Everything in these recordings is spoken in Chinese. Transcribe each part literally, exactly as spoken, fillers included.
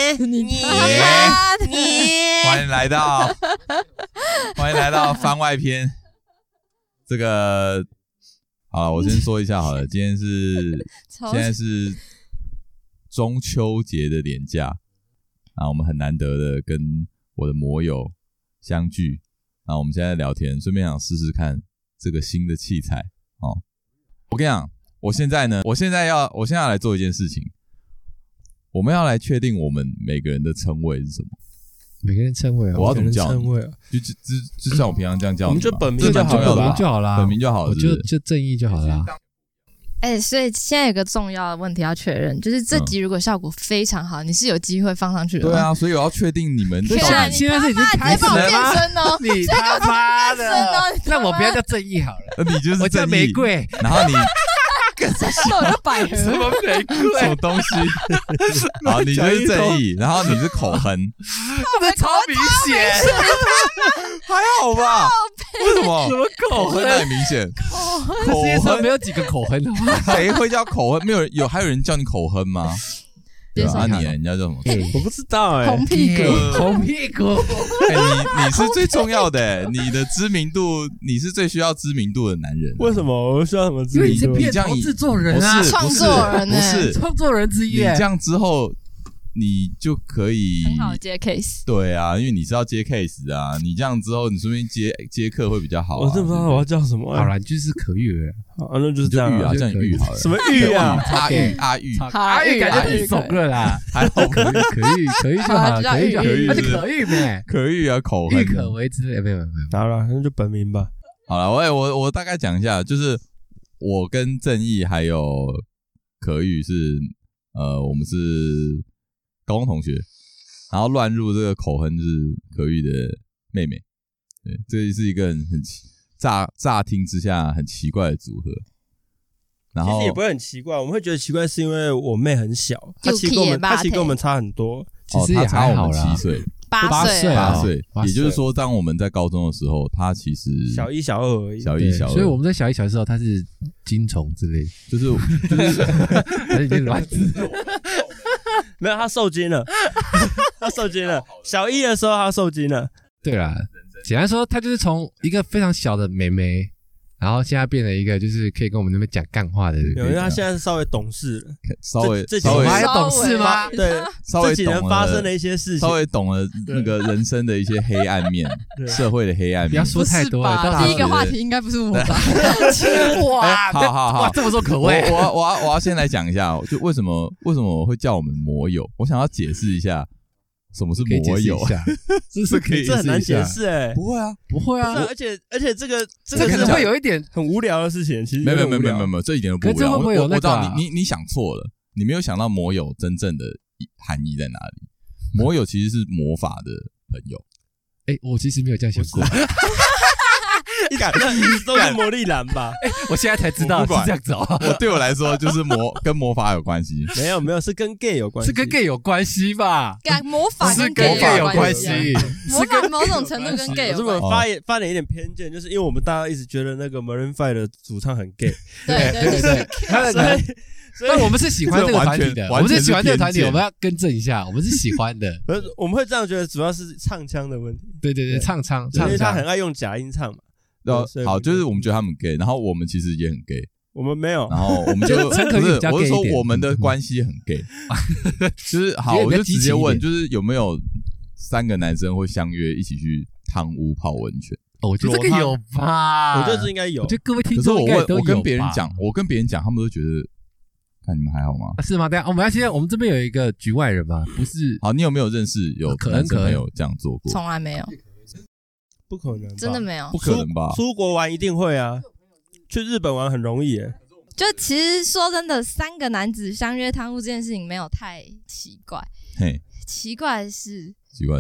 你你你， 欢迎来到，欢迎来到番外篇。这个好了，我先说一下好了，今天是现在是中秋节的连假，啊，我们很难得的跟我的摩友相聚，然后我们现在聊天，顺便想试试看这个新的器材哦。我跟你讲，我现在呢，我现在要，我现在要来做一件事情。我们要来确定我们每个人的称谓是什么。 每个人称谓啊， 我要怎么叫你？ 称谓啊， 就就就就像我平常这样叫你， 我们就本名就好了， 本名就好啦， 本名就好了， 我就就正义就好了。 哎、欸，所以现在有个重要的问题要确认，就是这集如果效果非常好，嗯、你是有机会放上去的吗？ 对啊，所以我要确定你们。 天啊， 现在是已经开始了吗？ 你他妈的！那我不要叫正义好了， 你就是正义， 我叫玫瑰。 然后你。 我叫百合， 什么玫瑰？ 什么东西？好，你就是正义，然后你是口哼， 这超明显， 还好吧？为什么？ 什么口哼太明显？ 口哼，世界上没有几个口哼的吗？ 谁会叫口哼？没有人有，还有人叫你口哼吗？对啊，啊你人家叫什么？ 我不知道哎、欸， 红屁股， 红屁股。 哎、欸，你你是最重要的、欸，你的知名度，你是最需要知名度的男人、啊。 为什么我需要什么知名度？ 因为你是片头制作人啊， 创作人、欸， 不是创作人之一、欸。 你这样之后，你就可以很好接 case。 对啊，因为你是要接 case 啊，你这样之后，你顺便接接客会比较好、啊。 我真不知道我要叫什么、欸。 好啦，就是可遇了。 好，那就是这样啊，叫你玉好了。 什么玉啊？ 阿玉，阿玉， 阿玉感觉太怂了啦。还好可遇，可遇，可遇就好，可遇就好，那就可遇呗。 可遇啊，口哼， 郁可为之。没有没有没有。 好了，那就本名吧。 好了，我我我大概讲一下，就是我跟正义还有可遇是呃，我们是高中同学，然后乱入这个口哼是可遇的妹妹。对，这是一个很很奇。乍乍听之下很奇怪的组合，然后其实也不会很奇怪，我们会觉得奇怪是因为我妹很小，她其实跟我们她其实跟我们差很多， 其实也差我们七岁， 八岁八岁，也就是说，当我们在高中的时候，她其实小一小二而已， 小一小二， 所以我们在小一小二的时候，她是金虫之类， 就是就是还是有点卵子， 没有，她受精了，她受精了，小一的时候她受精了， 对啦。简单说，他就是从一个非常小的妹妹，然后现在变成一个就是可以跟我们那边讲干话的人。 因为他现在是稍微懂事了， 稍微这稍微还有懂事吗？ 对， 稍微这几年发生的一些事情， 稍微懂了那个人生的一些黑暗面，社会的黑暗面。 不要说太多了， 第一个话题应该不是我吧？ 哇， 好好好， 这么说可谓。 我我我要我要先来讲一下，就为什么为什么我会叫我们摩友？我想要解释一下。什么是摩友？ 这是可以， 这很难解释哎、欸。 不会啊， 不会啊， 而且而且这个这个可能会有一点很无聊的事情，其实没有没有没有没有没有，这一点都不无聊。 会不会有那个、啊？ 我知道你你你想错了，你没有想到摩友真正的含义在哪里？摩友其实是魔法的朋友。 哎、欸，我其实没有这样想过。 一敢那都是魔力蓝吧？ 哎、欸，我现在才知道是这样子哦。 我对我来说就是魔跟魔法有关系。 没有没有，是跟 gay 有关系， 是跟 gay 有关系吧？ 跟魔法跟 gay 有关系， 魔法某种程度跟 gay 有关系。 我发言发点一点偏见，就是因为我们大家一直觉得那个 Maroon five 的主唱很 gay。 对对对对， 所以所以我们是喜欢这个团体的，我们是喜欢这个团体，我们要更正一下，我们是喜欢的。 我们会这样觉得，主要是唱腔的问题。 对对对，唱腔， 因为他很爱用假音唱嘛。 好，就是我们觉得他们 gay， 然后我们其实也很 gay， 我们没有， 然后我们就不是，我是说我们的关系很 gay， 就是好，我就直接问，就是有没有三个男生会相约一起去汤屋泡温泉？ 哦，我觉得这个有吧， 我觉得这应该有， 我觉得各位听众应该都有吧。 我跟别人讲，我跟别人讲，他们都觉得，看你们还好吗？ 是吗？等一下，我们要先，我们这边有一个局外人嘛，不是？ 好，你有没有认识有男生朋友这样做过？ 从来没有。 不可能， 真的没有， 不可能吧？ 出国玩一定会啊，去日本玩很容易耶。 就其实说真的，三个男子相约汤屋这件事情没有太奇怪。 嘿， 奇怪的是， 奇怪的是什么？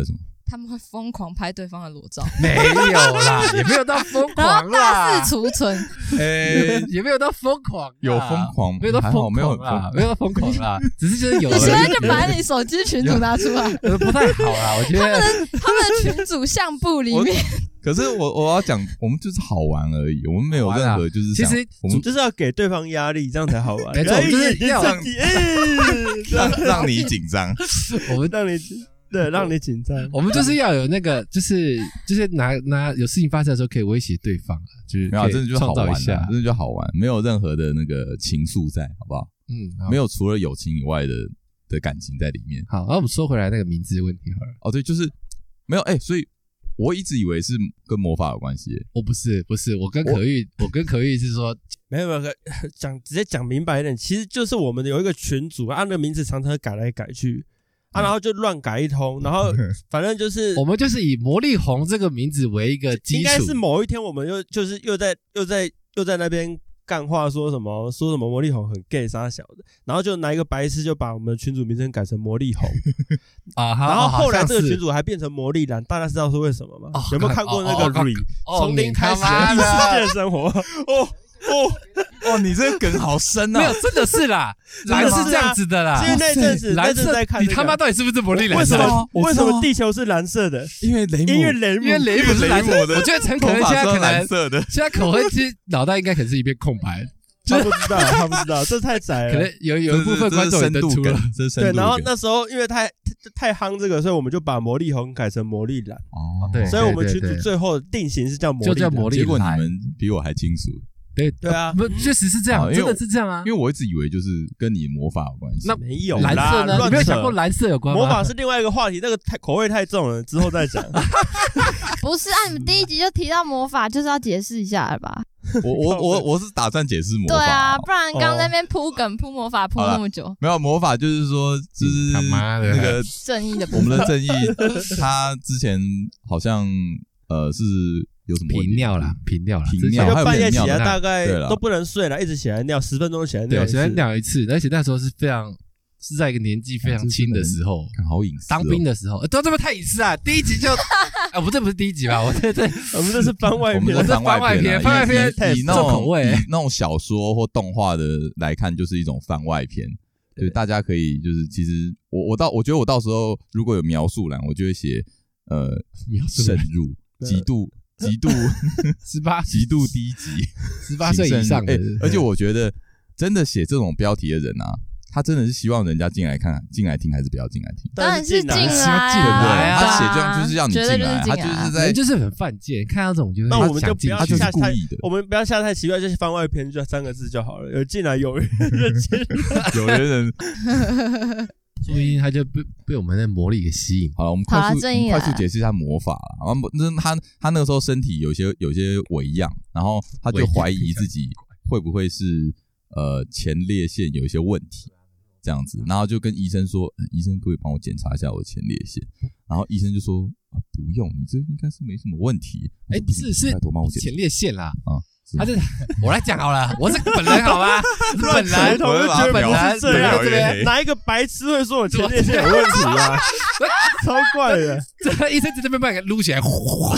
他们会疯狂拍对方的裸照， 没有啦，也没有到疯然狂后大啦， 肆储存。 呃，也没有到疯狂啦， 有疯狂没有到还好疯没有狂啦，没有到疯狂啦，只是就是有你的现在就把你手机群组拿出来， 呃不太好啦，我觉得他们的群组相簿里面， 可是我我要讲，我们就是好玩而已，我们没有任何就是想其实我们就是要给对方压力，这样才好玩。 没错哎就是要让你哎让让你紧张。 我们让你对让你紧张。 我们就是要有那个，就是就是拿拿有事情发生的时候可以威胁对方啊，就是没有， 可以真的就好玩啊， 创造一下， 真的就好玩，没有任何的那个情愫在，好不好？ 嗯，好没有除了友情以外的的感情在里面。 好，然后我们说回来那个名字的问题好了， 哦，对，就是没有哎、欸，所以我一直以为是跟魔法有关系、欸。 我不是不是，我跟可玉，我跟可玉是说， 没有没有讲直接讲明白一点，其实就是我们有一个群组，啊，那个名字常常改来改去。啊，然后就乱改一通，然后反正就是我们就是以魔力红这个名字为一个基础， 应该是某一天我们又就是又在又在又在那边干话说什么说什么魔力红很 gay 杀小的，然后就拿一个白痴就把我们的群组名称改成魔力红啊， 然后后来这个群组组还变成魔力蓝，大家知道是为什么吗？ 哦有没有看过那个哦哦 Re 哦从零开始的异世界生活？ 哦哦哦，你这个梗好深啊！ 没有，真的是啦，蓝是这样子的啦， 因为那阵子那蓝色阵在看你他妈到底是不是魔力蓝？ 为什么我知道为什么地球是蓝色的？ 因为雷姆， 因为雷姆因为雷姆是蓝色雷姆的我觉得陈可能现在可能蓝色的， 现在可能其实脑袋应该可能是一片空白， 他不知道，他不知道，这太窄了。 可能有有一部分观众也登出了。 这是深度对， 梗然后那时候因为太太夯这个，所以我们就把魔力红改成魔力蓝。 哦， 对所以我们群对对组最后定型是叫魔力蓝， 就叫魔力蓝结果你们比我还清楚， 对对啊不，确实是这样， 哦因为真的是这样啊因。为我一直以为就是跟你魔法有关系。 那没有啦蓝色呢？你乱扯没有想过蓝色有关吗？ 魔法是另外一个话题，那个太口味太重了，之后再讲。 不是啊？你们第一集就提到魔法，就是要解释一下了吧？ 我我我我是打算解释魔法， 对啊，不然刚刚在那边铺梗铺魔法铺那么久， 没有魔法就是说就是他妈的那个正义的部我分们的正义，他之前好像呃是有什么问题频尿啦，频尿啦， 频尿还有就半夜起尿来大概对啦都不能睡了，一直起来尿，十分钟起来尿对， 一次。 只能尿一次，而且那时候是非常是在一个年纪非常轻的时候， 看好隐私哦， 当兵的时候，呃都这么太隐私啊！第一集就，啊，不，这不是第一集吧？我这这我们这是番外篇我们的， 这番外篇番外篇以以那种重口味以那种小说或动画的来看，就是一种番外篇。对，大家可以就是其实我我到我觉得我到时候如果有描述栏，我就会写呃描述深入、极度、极度、 十八极度低级、 十八岁以上的欸，而且我觉得真的写这种标题的人啊，他真的是希望人家进来看、进来听，还是不要进来听？ 当然是进来进啊， 来啊他写这样就是要你进绝对来，他就是进来就是在人就是很犯贱，看到这种就是那我们就不要他就是下太故意的， 我们不要下太奇怪，就是番外篇就三个字就好了，有进来有人就进来。 有的人说不定他就被被我们的魔力给吸引。 好了，我们好啦快速我们正义来快速解释一下魔法啦。然后那他他那个时候身体有些有些微恙，然后他就怀疑自己会不会是呃前列腺有一些问题这样子，然后就跟医生说，呃医生可不可以帮我检查一下我的前列腺？然后医生就说啊不用，你这应该是没什么问题。 哎，不是是拜托帮我检查前列腺啦， 啊。是他是我来讲好了，我是本人好吗？本人头就觉得本不人本是这样人这边， 哪一个白痴会说我前列腺有问题啊？超怪的。 这个医生在这边把你撸起来，呼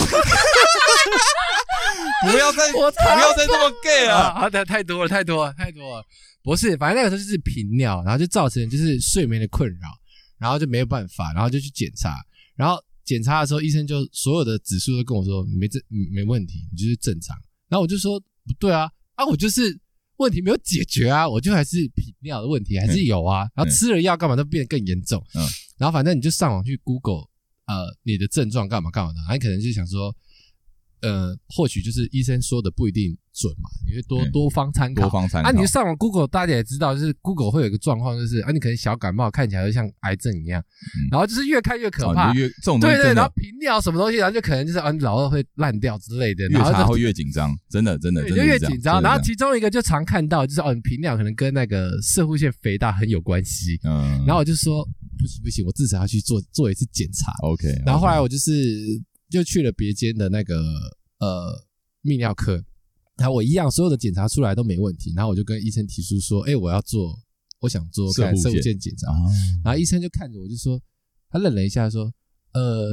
不要再我操不要再这么 gay 了。 啊！太太多了，太多了，太多了。不是，反正那个时候就是频尿，然后就造成就是睡眠的困扰，然后就没有办法，然后就去检查，然后检查的时候，医生就所有的指数都跟我说你没这没问题，你就是正常。然后我就说不对啊，啊我就是问题没有解决啊，我就还是频尿的问题还是有啊，然后吃了药干嘛都变得更严重。 嗯， 然后反正你就上网去 Google 呃你的症状干嘛干嘛的，你可能就想说。呃，或许就是医生说的不一定准嘛，你会多、 嗯、 多方参考。 多方参考。 啊，你上网 Google， 大家也知道，就是 Google 会有一个状况，就是啊，你可能小感冒看起来就像癌症一样，嗯、然后就是越看越可怕， 哦、越这种东西对对，然后频尿什么东西，然后就可能就是啊，你老二会烂掉之类的， 越查然后会越紧张，真的真的， 对，就越紧张。然后其中一个就常看到就是哦，你频尿可能跟那个射护腺肥大很有关系，嗯，然后我就说不行不行，我至少要去做做一次检查 ，OK。 然后后来我就是就去了别间的那个呃。泌尿科，然后我一样所有的检查出来都没问题，然后我就跟医生提出说，哎、欸，我要做，我想做看射护腺检查，然后医生就看着我就说，他愣了一下说，呃，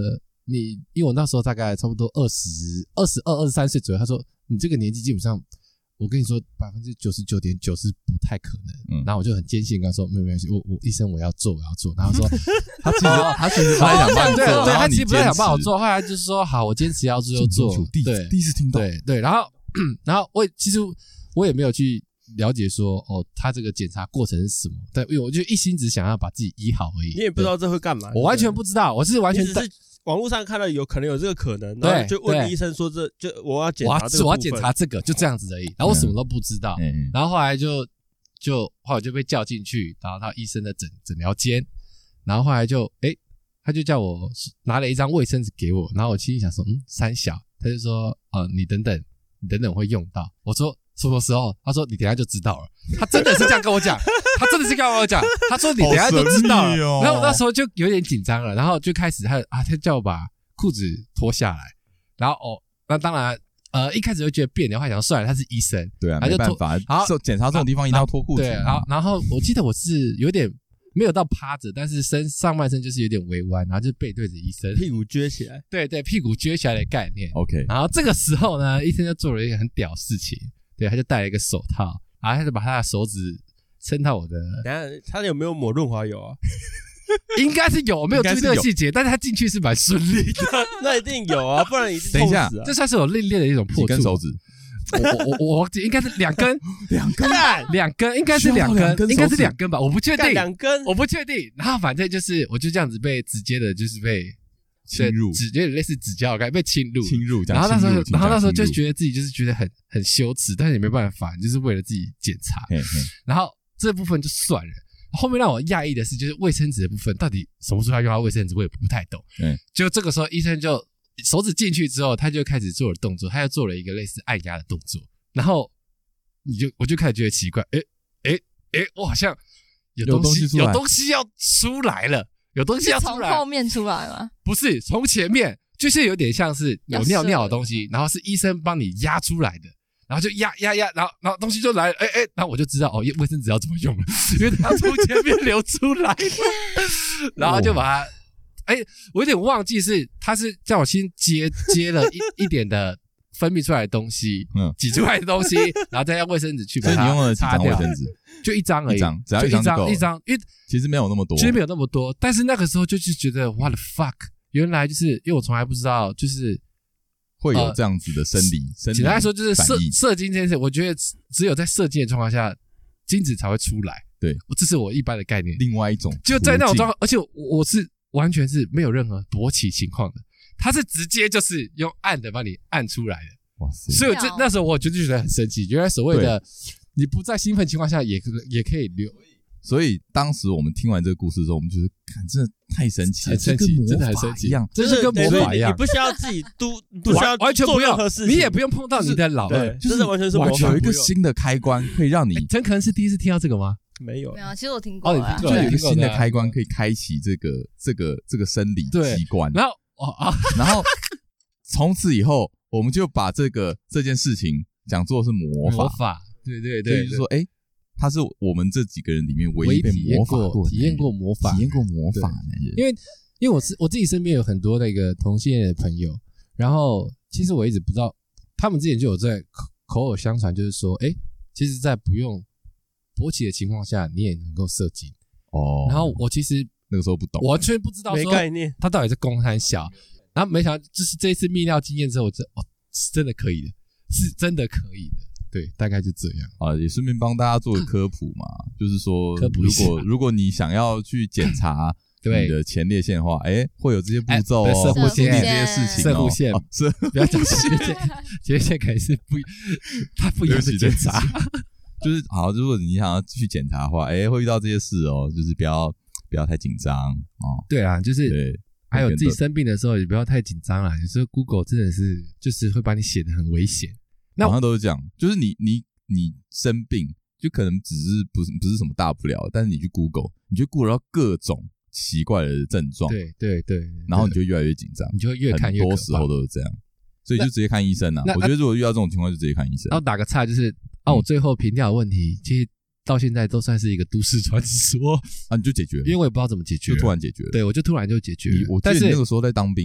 你因为我那时候大概差不多二十二十二二十三岁左右，他说你这个年纪基本上。我跟你说，百分之九十九点九是不太可能。嗯，然后我就很坚信跟他说，没有没关系，我我医生我要做，我要做。然后说， 他其实他其实不太想帮你做， 对，他其实不太想帮我做。 后来就是说，好，我坚持要做就做。对， 第一次听到。 对对，然后然后我其实我也没有去了解说，哦，他这个检查过程是什么？但因为我就一心只想要把自己医好而已。 你也不知道这会干嘛？ 我完全不知道，我是完全只是网络上看到有可能有这个可能，然后就问医生说这就我要检查这个， 我要检查这个，就这样子而已。然后我什么都不知道， 嗯、 然后后来就就后来就被叫进去，然后到医生的诊诊疗间，然后后来就诶，他就叫我拿了一张卫生纸给我，然后我心里想说，嗯，三小，他就说，呃，你等等，你等等会用到。我说什么时候？他说你等一下就知道了。他真的是这样跟我讲，他真的是这样跟我讲。他说你等一下就知道了。 哦、 然后我那时候就有点紧张了，然后就开始他啊，他叫我把裤子脱下来，然后哦，那当然呃一开始就觉得别扭，还想算了，他是医生， 对啊，没办法，好检查这种地方一定要脱裤子。 对，然后然后我记得我是有点没有到趴着，但是身上半身就是有点微弯，然后就背对着医生， 屁股撅起来， 对对，屁股撅起来的概念。 OK， 然后这个时候呢，医生就做了一个很屌事情。对，他就戴了一个手套，然后他就把他的手指伸到我的。 等一下，他有没有抹润滑油啊？ 应该是有，没有注意这个细节，但是他进去是蛮顺利的。 那一定有啊，不然一定痛死啊！ 这算是我历练的一种破处。 几根手指？ 我我我我应该是两根， 两根， 两根，应该是两根，应该是两根吧？我不确定， 两根， 我不确定。然后反正就是，我就这样子被直接的，就是被。 侵入， 指有点类似指甲盖被侵入， 侵入， 然后那时候，然后那时候就觉得自己就是觉得很很羞耻，但是也没办法，就是为了自己检查。 嘿嘿然后这部分就算了，后面让我讶异的是，就是卫生纸的部分，到底什么时候要用到卫生纸，我也不太懂。 嗯， 就这个时候，医生就手指进去之后，他就开始做了动作，他又做了一个类似按压的动作，然后你就我就开始觉得奇怪，诶诶诶，我好像有东西，有东西要出来了。有东西要出来， 从后面出来吗？ 不是，从前面，就是有点像是有尿尿的东西，然后是医生帮你压出来的，然后就压压压，然后然后东西就来了，哎哎，然后我就知道哦，卫生纸要怎么用了，因为它从前面流出来，然后就把它，哎，我有点忘记是他是叫我先接接了一一点的分泌出来的东西，嗯，挤出来的东西，然后再用卫生纸去把它擦掉。 所以你用了几张卫生纸？ 就一张而已， 一张，只要一张就够了。 一张，因为其实没有那么多， 其实没有那么多。但是那个时候就是觉得 ，what the fuck， 原来就是因为我从来不知道，就是会有这样子的生理。生理简单来说，就是射射精这件事，我觉得只有在射精的状况下，精子才会出来。 对， 这是我一般的概念。 另外一种， 就在那种状况，而且我我是完全是没有任何勃起情况的，它是直接就是用按的帮你按出来的。 哇塞！ 所以这那时候我就觉得很生气，原来所谓的。你不在兴奋情况下也也可以留， 所以当时我们听完这个故事之后，我们觉得，看真的太神奇了， 很神奇，真的很神奇一样， 真是跟魔法一样。 你不需要自己嘟，不需要完全不用， 你也不用碰到你的老二， 就是完全是魔法。 有一个新的开关可以让你， 真可能是第一次听到这个吗？ 没有， 没有，其实我听过了， 就有一个新的开关可以开启这个这个这个生理机关， 然后哦啊， 然后从此以后，我们就把这个这件事情讲作是魔法， 魔法，对对对， 就是说，哎。他是我们这几个人里面唯一被魔法过、 体验过魔法、 体验过魔法的男人。 因为，因为我是我自己身边有很多那个同性恋的朋友，然后其实我一直不知道，他们之前就有在口口耳相传，就是说，哎，其实，在不用勃起的情况下，你也能够射精哦。 然后我其实那个时候不懂， 完全不知道没概念， 他到底是公还是小。然后没想到，就是这一次泌尿经验之后，我真哦，是真的可以的，是真的可以的。对，大概就这样啊，也顺便帮大家做个科普嘛，就是说，如果如果你想要去检查你的前列腺的话，哎，会有这些步骤哦，会经历这些事情哦。射线是不要讲前列腺，前列腺可能是不，它不一样的检查。 就是好，如果你想要去检查的话，哎，会遇到这些事哦，就是不要不要太紧张哦。 对啊，就是对， 还有自己生病的时候也不要太紧张啦。有时候 Google 真的是就是会把你写的很危险。 好像都是这样，就是你你你生病，就可能只是不是不是什么大不了，但是你去 Google， 你就 Google 到各种奇怪的症状， 对对对， 然后你就越来越紧张， 你就会越看越可怕。 很多时候都是这样，所以就直接看医生啊。我觉得如果遇到这种情况，就直接看医生。 然后打个岔，就是啊，我最后频尿的问题，其实到现在都算是一个都市传说啊，你就解决了， 因为我也不知道怎么解决， 就突然解决了。 对，我就突然就解决了。 我记得你那个时候在当兵嘛。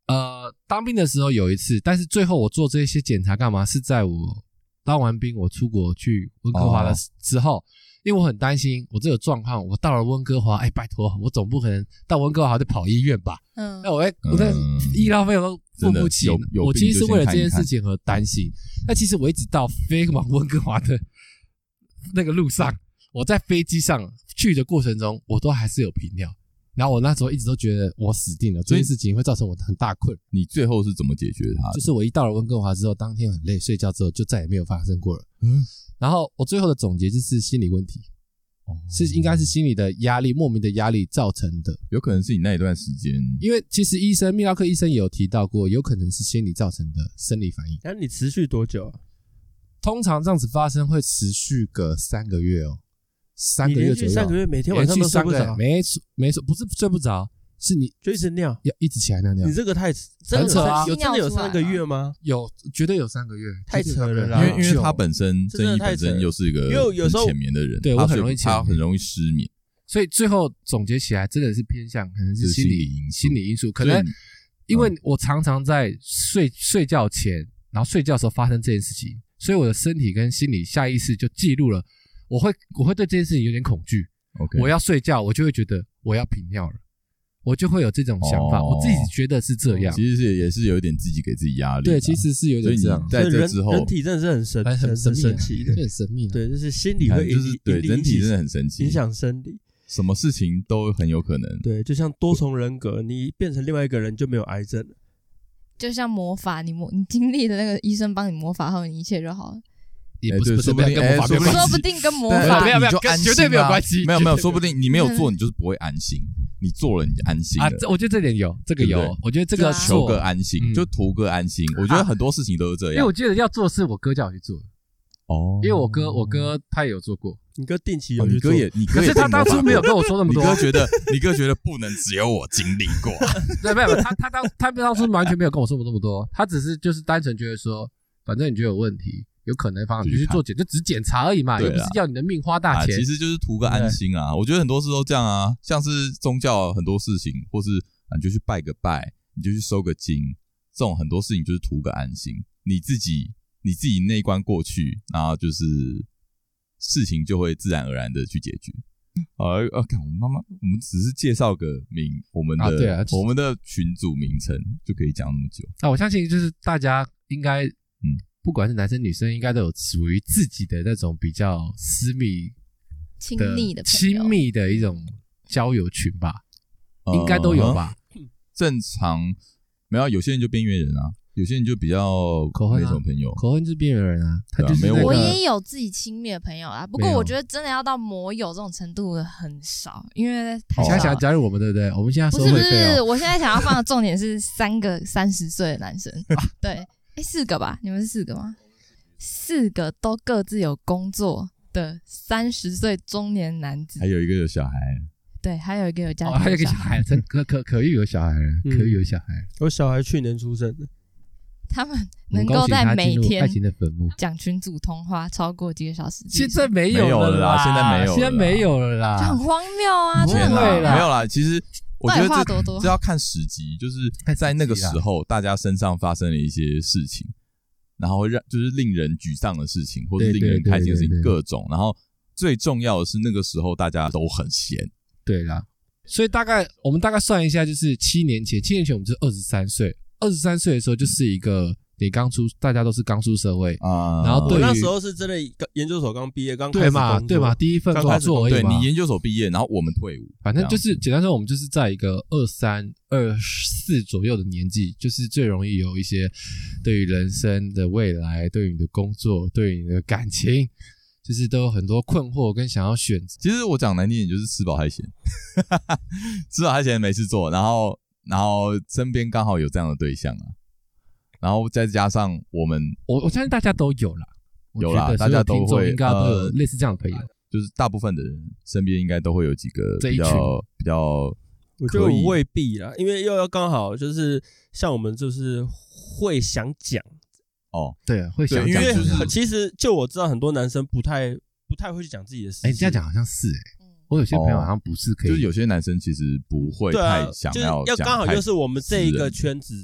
呃，当兵的时候有一次，但是最后我做这些检查干嘛？是在我当完兵，我出国去温哥华的之后，哦、因为我很担心我这个状况，我到了温哥华，哎，拜托，我总不可能到温哥华就跑医院吧？嗯，那我在我在医疗费用都付不起，我其实是为了这件事情而担心。那其实我一直到飞往温哥华的那个路上，我在飞机上去的过程中，我都还是有频尿。然后我那时候一直都觉得我死定了，这件事情会造成我很大困扰。 你最后是怎么解决它的？ 就是我一到了温哥华之后，当天很累，睡觉之后就再也没有发生过了。嗯，然后我最后的总结就是心理问题，哦、是应该是心理的压力，莫名的压力造成的。 有可能是你那一段时间， 因为其实医生，泌尿科医生也有提到过，有可能是心理造成的生理反应。 那你持续多久啊？ 通常这样子发生会持续个三个月哦。三个月左右， 三个月每天晚上都睡不着， 没错没错，不是睡不着，是你就一直尿， 要一直起来尿尿。 你这个太很扯啊！ 有真的有三个月吗？ 有，绝对有三个月， 太扯了啦！ 因为因为他本身正义本身又是一个浅眠的人， 对我很容易他很容易失眠， 所以最后总结起来真的是偏向可能是心理心理因素，可能因为我常常在睡睡觉前，然后睡觉的时候发生这件事情，所以我的身体跟心理下意识就记录了。我会我会对这件事情有点恐惧。 Okay. 我要睡觉，我就会觉得我要频尿了，我就会有这种想法。哦、我自己觉得是这样， 其实是也是有一点自己给自己压力。 对，其实是有点这样。 在这之后， 人体真的是很神， 很很神神奇的， 很神秘。 对，就是心理会就是对人体真的很神奇， 影响生理， 什么事情都很有可能。 对，就像多重人格，你变成另外一个人就没有癌症了。 就像魔法，你魔你经历了那个医生帮你魔法后，你一切就好了。 也不是，不是说不定跟魔法没有关系， 说不定跟魔法没有没有， 跟绝对没有关系。 没有没有，说不定你没有做，你就是不会安心；你做了，你就安心了。 啊，我觉得这点有，这个有，我觉得这个求个安心，就图个安心。我觉得很多事情都是这样。 因为我记得要做是我哥叫我去做的。哦，因为我哥我哥他也有做过。 你哥定期有去做，你哥也，你哥可是他当初没有跟我说那么多。 你哥觉得，你哥觉得不能只有我经历过。 对，没有，他他当他当初完全没有跟我说那么多，他只是就是单纯觉得说，反正你觉得有问题。有可能方你就去做检，就只是检查而已嘛，又不是要你的命花大钱、 啊。其实就是图个安心啊。我觉得很多事都这样啊，像是宗教很多事情，或是啊你就去拜个拜，你就去收个经，这种很多事情就是图个安心。你自己你自己那一关过去，然后就是事情就会自然而然的去解决。啊啊！看我们妈妈，我们只是介绍个名，我们的、啊对啊、我们的群组名称就可以讲那么久。 那、啊、我相信就是大家应该嗯。不管是男生女生，应该都有属于自己的那种比较私密、 亲密的、 亲密的一种交友群吧，呃、应该都有吧。 正常没有，有些人就边缘人啊，有些人就比较没什么朋友。 口恨就是边缘人啊，他就是、那個、 我也有自己亲密的朋友啊，不过我觉得真的要到摩友这种程度的很少，因为太少了。 现在想加入我们，对不对？我们现在收会费、哦、 不是不是，我现在想要放的重点是三个三十岁的男生，对。哎，四个吧？你们是四个吗？四个都各自有工作的三十岁中年男子， 还有一个有小孩， 对，还有一个有家庭、 哦，还有一个小孩，可可可以有小孩了，嗯、可以有小孩。 我小孩去年出生的， 他们能够在每天爱情的坟墓讲群组通话超过几个小时， 现在没有了啦， 现在没有了， 现在没有了啦， 就很荒谬啊！ 天哪，没有啦，其实。我觉得这多多这要看时机，就是在那个时候，大家身上发生了一些事情，然后让就是令人沮丧的事情，或者令人开心的事情，各种。然后最重要的是，那个时候大家都很闲。 对啦，所以大概我们大概算一下，就是七年前，七年前我们是二十三岁，二十三岁的时候就是一个。你刚出，大家都是刚出社会啊，然后对于我那时候是真的研究所刚毕业，刚开始对嘛对嘛，第一份工作而已嘛。 对，你研究所毕业，然后我们退伍， 反正就是简单说，我们就是在一个二三、二四左右的年纪，就是最容易有一些对于人生的未来、对于你的工作、对于你的感情，就是都有很多困惑跟想要选择。 其实我讲难听点，就是吃饱太闲，吃饱太闲没事做，然后然后身边刚好有这样的对象啊。然后再加上我们， 我我相信大家都有啦， 有啦，大家都会应该都有类似这样的朋友，呃、 就是大部分的人身边应该都会有几个比较比较， 我觉得未必啦，因为又要刚好就是像我们就是会想讲哦， 对，会想讲， 因为、就是、其实就我知道很多男生不太不太会去讲自己的事情， 哎，你这样讲好像是哎、欸。我有些朋友好像不是可以， 就是有些男生其实不会太想要讲， 要刚好就是我们这一个圈子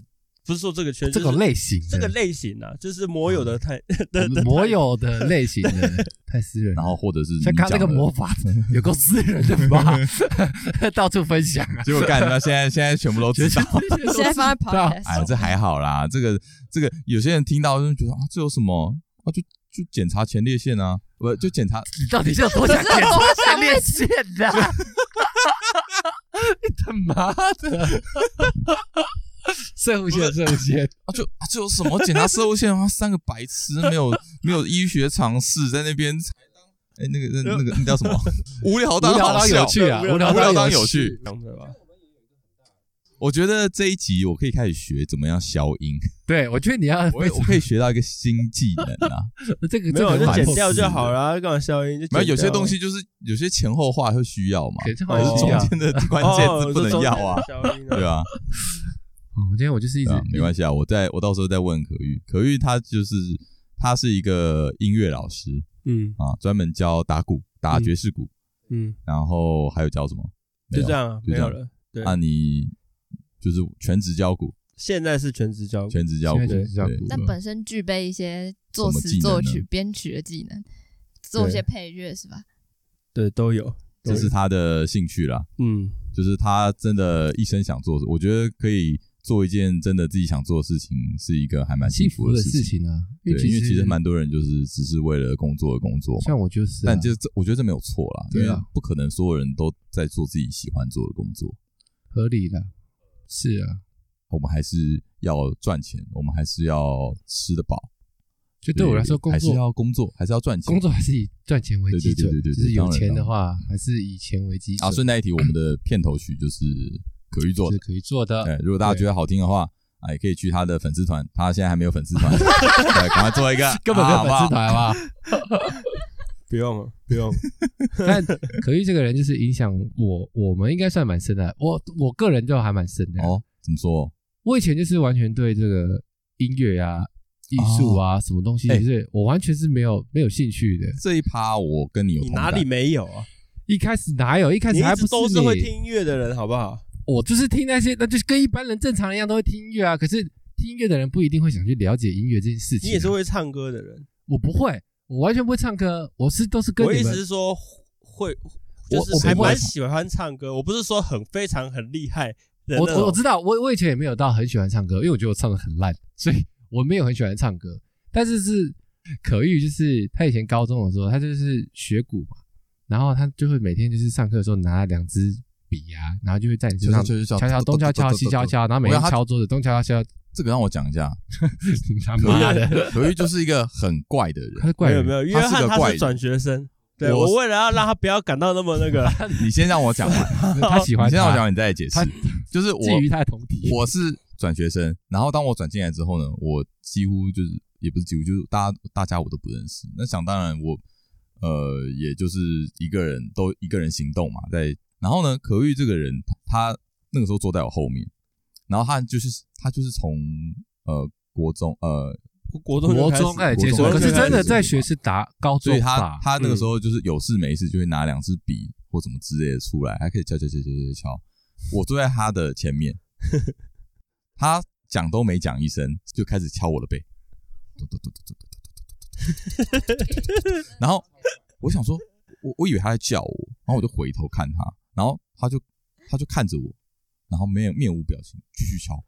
不是说这个圈， 这种类型， 这个类型啊，就是摩友的太的摩友的类型的太私人， 然后或者是像刚那个魔法有够私人的吧，到处分享啊， 结果干那现在现在全部都知道， 现在放在 podcast， 哎，这还好啦，这个这个有些人听到就觉得啊，这有什么啊，就就检查前列腺啊，不就检查， 你到底是有多想检查前列腺的？你他妈的！射护腺，射护腺啊，就啊，这有什么检查射护腺吗？三个白痴没有没有医学常识在那边，哎，那个那那个那叫什么？无聊当好有趣啊，无聊当有趣。 当的吧。 我觉得这一集我可以开始学怎么样消音。 对，我觉得你要我我可以学到一个新技能啊。 这个没有就剪掉就好了，干嘛消音？ 没有有些东西就是有些前后话会需要嘛， 哦、 中间的关键字不能要啊，对吧？ 哦，今天我就是一直、 啊、没关系啊，我再我到时候再问可玉，可玉他就是他是一个音乐老师， 嗯啊，专门教打鼓、打爵士鼓， 嗯， 然后还有教什么？ 就这样，没有了。对， 啊，你就是全职教鼓， 现在是全职教鼓， 全职教鼓， 但本身具备一些作词、作曲、编曲的技能，做一些配乐是吧？ 对，都有， 这是他的兴趣啦。嗯，就是他真的一生想做的，我觉得可以。做一件真的自己想做的事情，是一个还蛮幸福的事情啊。 对，因为其实蛮多人就是只是为了工作而工作嘛。 像我就是、啊， 但这我觉得这没有错啦，因为不可能所有人都在做自己喜欢做的工作， 合理的。是啊， 我们还是要赚钱，我们还是要吃得饱。 就对我来说，工作还是要工作，还是要赚钱。 工作还是以赚钱为基准， 对对对对对， 就是有钱的话，还是以钱为基准。 啊，顺带一提，我们的片头曲就是。可玉做的， 是可以做的。 对，如果大家觉得好听的话，啊，也可以去他的粉丝团，他现在还没有粉丝团，对，赶快做一个， 根本没有粉丝团，好不好？ 不用了，不用。 但可玉这个人就是影响我，我们应该算蛮深的。我我个人就还蛮深的。 哦，怎么说？ 我以前就是完全对这个音乐啊、艺术啊、哦、什么东西，就是我完全是没有没有兴趣的。 这一趴我跟你有同感， 你哪里没有啊？ 一开始哪有？一开始还不是都是会听音乐的人，好不好？ 我就是听那些，那就是跟一般人正常一样都会听音乐啊。可是听音乐的人不一定会想去了解音乐这件事情、啊。 你也是会唱歌的人， 我不会，我完全不会唱歌。我是都是跟你们。 我意思是说会，就是还蛮喜欢唱歌。我不是说很非常很厉害的。 我我我知道，我我以前也没有到很喜欢唱歌，因为我觉得我唱得很烂，所以我没有很喜欢唱歌。但是是可玉，就是他以前高中的时候，他就是学鼓嘛，然后他就会每天就是上课的时候拿两支。笔啊，然后就会在你身上敲敲东敲敲西敲敲，然后每天敲桌子东敲敲敲。 这个让我讲一下， 他妈的， 可玉就是一个很怪的人。 他是怪人， 没有没有，约翰他是转学生。对，我为了要让他不要感到那么那个， 你先让我讲完。 他喜欢， 你先让我讲完，你再来解释。就是我基于他的同体， 我是转学生，然后当我转进来之后呢，我几乎就是也不是几乎，就是大家大家我都不认识。那想当然我呃，也就是一个人都一个人行动嘛，在。然后呢，可玉这个人，他那个时候坐在我后面，然后他就是他就是从呃国中呃国中国中开始接触，可是真的在学是打高中， 所以他他那个时候就是有事没事就会拿两支笔或什么之类的出来，还可以敲敲敲敲敲敲。我坐在他的前面，他讲都没讲一声，就开始敲我的背，然后我想说，我我以为他在叫我，然后我就回头看他。然后他就他就看着我，然后没有面无表情，继续敲。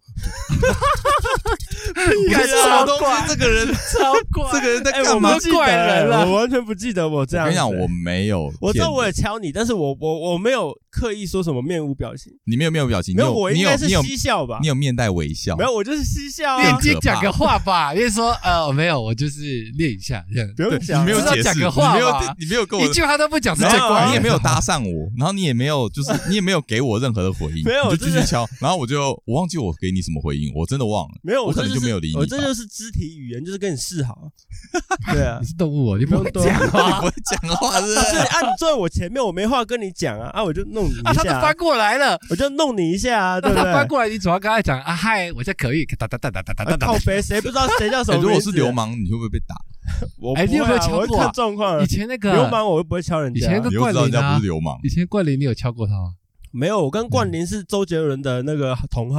你看什么东西？这个人超怪， 这个人在干嘛？ 怪人了，我完全不记得我这样。 我跟你讲，我没有， 我知道我也敲你，但是我我我没有刻意说什么面无表情。 你没有面无表情， 没有，我应该是嬉笑吧？ 你有面带微笑？ 没有，我就是嬉笑啊。 眼睛讲个话吧，你说呃没有，我就是练一下这样。 不用讲， 你没有讲个话吧？ 你没有跟我一句话都不讲，是最怪。 你也没有搭上我，然后你也没有就是你也没有给我任何的回应， 没有， 就继续敲。然后我就我忘记我给你什么回应，我真的忘了。 没有， 我可能就没有理你。 我这就是肢体语言，就是跟你示好。对啊， 你是动物哦，你不用讲话， 你不会讲话是？ 是啊，你坐在我前面，我没话跟你讲啊，啊，我就弄你一下。 啊，他都翻过来了， 我就弄你一下啊，对不对？ 他翻过来，你主要跟他讲啊，嗨，我叫可玉，哒哒哒哒哒哒哒。 靠北，谁不知道谁叫什么？ 如果是流氓，你会不会被打？ 我不会啊，我会看状况。 以前那个流氓，我又不会敲人家。 以前那个冠霖啊，不是流氓。 以前冠霖，你有敲过他吗？ 没有，我跟冠霖是周杰伦的那个同好。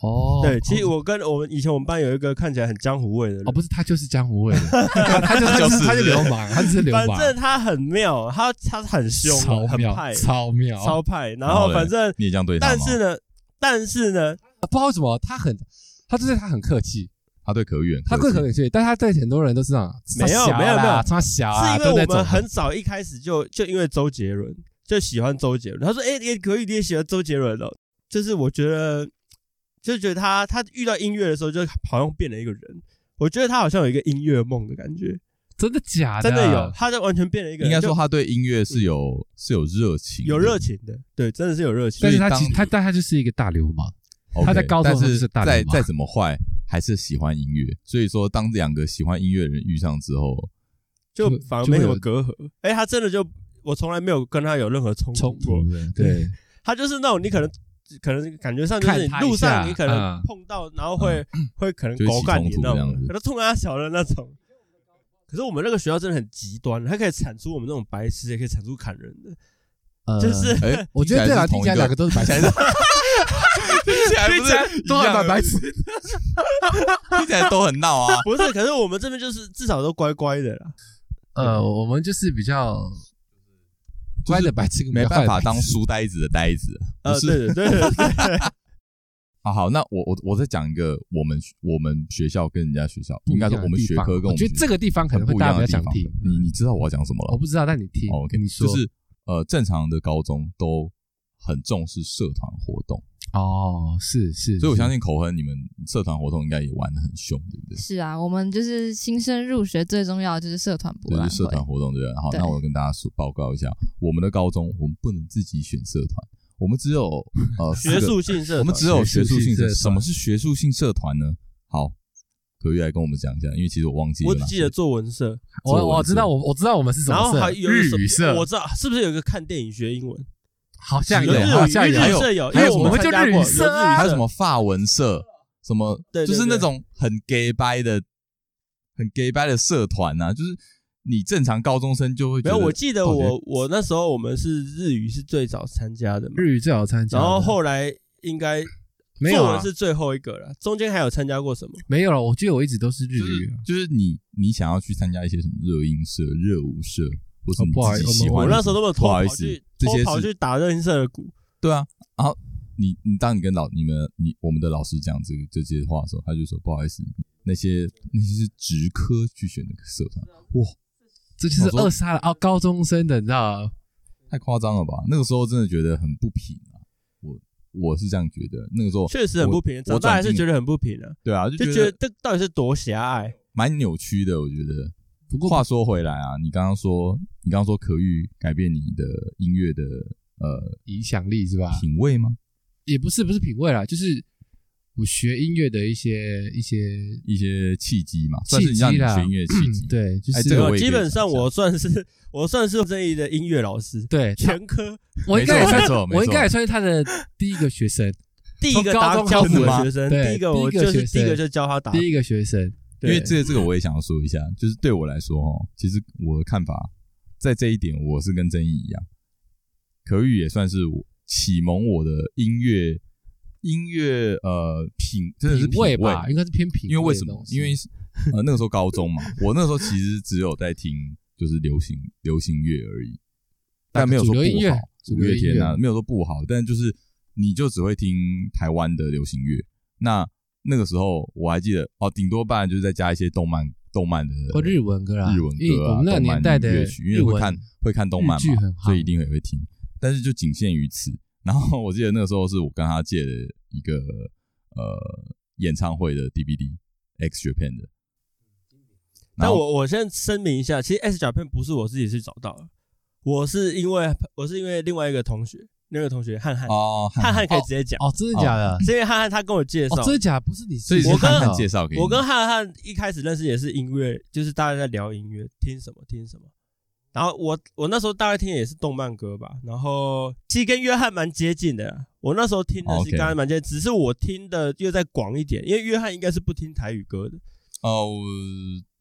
哦， 对，其实我跟我们以前我们班有一个看起来很江湖味的人， 哦，不是他就是江湖味的，他就他就是他就流氓，他就是流氓。 反正他很妙，他他很凶， 超妙， 很派， 超妙， 超派。然后反正你也这样对他吗？ 但是呢，但是呢， 不知道为什么他很，他就是他很客气。 他对可远， 他对可远客气，但他对很多人都是这样， 没有没有没有， 他小啊， 是因为我们很早一开始就就因为周杰伦就喜欢周杰伦，他说：“哎、欸，可以，你也喜欢周杰伦哦。”就是我觉得，就觉得他他遇到音乐的时候，就好像变了一个人。我觉得他好像有一个音乐梦的感觉， 真的假的？ 真的有，他就完全变了一个人。 应该说他对音乐是有、嗯、是有热情， 有热情的，对，真的是有热情。 但是他其实他但他就是一个大流氓， okay, 他在高中就是大流氓，再再怎么坏。还是喜欢音乐，所以说当两个喜欢音乐的人遇上之后， 就反而没什么隔阂。哎、欸，他真的就我从来没有跟他有任何冲突过。 对， 他就是那种你可能可能感觉上就是你路上你可能碰到，然后会、嗯、会可能狗干你那种，可能冲他小的那种。可是我们那个学校真的很极端，他可以产出我们这种白痴，也可以产出砍人的。呃、就是、 欸， 我觉得对啊，听起来两个都是白痴。 听起来不是都很白痴， 听起来都很闹啊。 不是，可是我们这边就是至少都乖乖的啦。 呃，我们就是比较乖的白痴， 没办法当书呆子的呆子。 呃，对对对对对。 好好，那我我我再讲一个我们我们学校跟人家学校，应该说我们学科跟我们我觉得这个地方可能会大家比较想听。 你你知道我要讲什么了？ 我不知道，但你听。 OK， 你说就是呃，正常的高中都很重视社团活动。 哦，是是， 所以我相信口亨你们社团活动应该也玩得很凶，对不对？ 是啊，我们就是新生入学最重要的就是社团博览会， 就是社团活动，对不对？好，那我跟大家说报告一下，我们的高中我们不能自己选社团，我们只有呃学术性社团， 我们只有学术性社团。什么是学术性社团呢？好，可以来跟我们讲一下，因为其实我忘记了， 我只记得作文社， 我我知道我我知道我们是什么社， 然后还有日语社， 我知道是不是有一个看电影学英文？ 好像有， 好像有， 还有还有我们就日语社， 还有什么法文社，什么就是那种很 gay 掰的、很 gay 掰的社团啊，就是你正常高中生就会觉得。 没有，我记得我我那时候我们是日语是最早参加的嘛， 日语最早参加， 然后后来应该作文是最后一个了，中间还有参加过什么？ 没有了，我记得我一直都是日语， 就是你你想要去参加一些什么热音社、热舞社。或是你自己喜欢， 我那时候都没有偷跑去， 这些跑去打热音社的鼓。 对啊，然后你你当你跟老你们你我们的老师讲这个这些话的时候，他就说不好意思，那些那些是职科去选的社团。哇， 这就是扼杀了啊高中生的，你知道吗？ 太夸张了吧？那个时候真的觉得很不平啊，我我是这样觉得。那个时候确实很不平，长大还是觉得很不平啊。 对啊， 就觉得这到底是多狭隘， 蛮扭曲的，我觉得。不过话说回来啊，你刚刚说，你刚刚说可遇改变你的音乐的呃影响力是吧？ 品味吗？ 也不是，不是品味啦，就是我学音乐的一些一些一些契机嘛，算是让你学音乐的契机。 嗯、对，就是、 哎、这个我基本上我算是我算是正义的音乐老师， 对， 全科我应该也算， 错我应该也算是他的第一个学生， 第一个打教鼓的学生，第一个我就是第一个就教他打， 第一个学生。 因为这个这个我也想要说一下，就是对我来说哦，其实我的看法在这一点我是跟正义一样，可遇也算是我启蒙我的音乐音乐呃品真的是品味吧，应该是偏品味。 因为为什么？因为呃那个时候高中嘛，我那个时候其实只有在听就是流行流行乐而已，但没有说不好，五月天啊没有说不好，但就是你就只会听台湾的流行乐那。那个时候我还记得哦，顶多半就是再加一些动漫、动漫的或日文歌啦， 日文歌啊， 我们那个年代的乐曲，因为会看会看动漫嘛，所以一定会会听。但是就仅限于此。然后我记得那个时候是我跟他借了一个呃演唱会的 D V D X Japan 的。 但我我先声明一下，其实 X Japan 不是我自己去找到的，我是因为我是因为另外一个同学。那个同学汉汉哦， 汉汉可以直接讲哦，真的假的？ 是因为汉汉他跟我介绍， 真的假的？不是你， 所以是汉汉介绍给你。 我跟汉汉一开始认识也是音乐，就是大家在聊音乐，听什么听什么。然后我我那时候大概听的也是动漫歌吧，然后其实跟约翰蛮接近的。我那时候听的是跟他蛮接近，只是我听的又再广一点，因为约翰应该是不听台语歌的。 哦，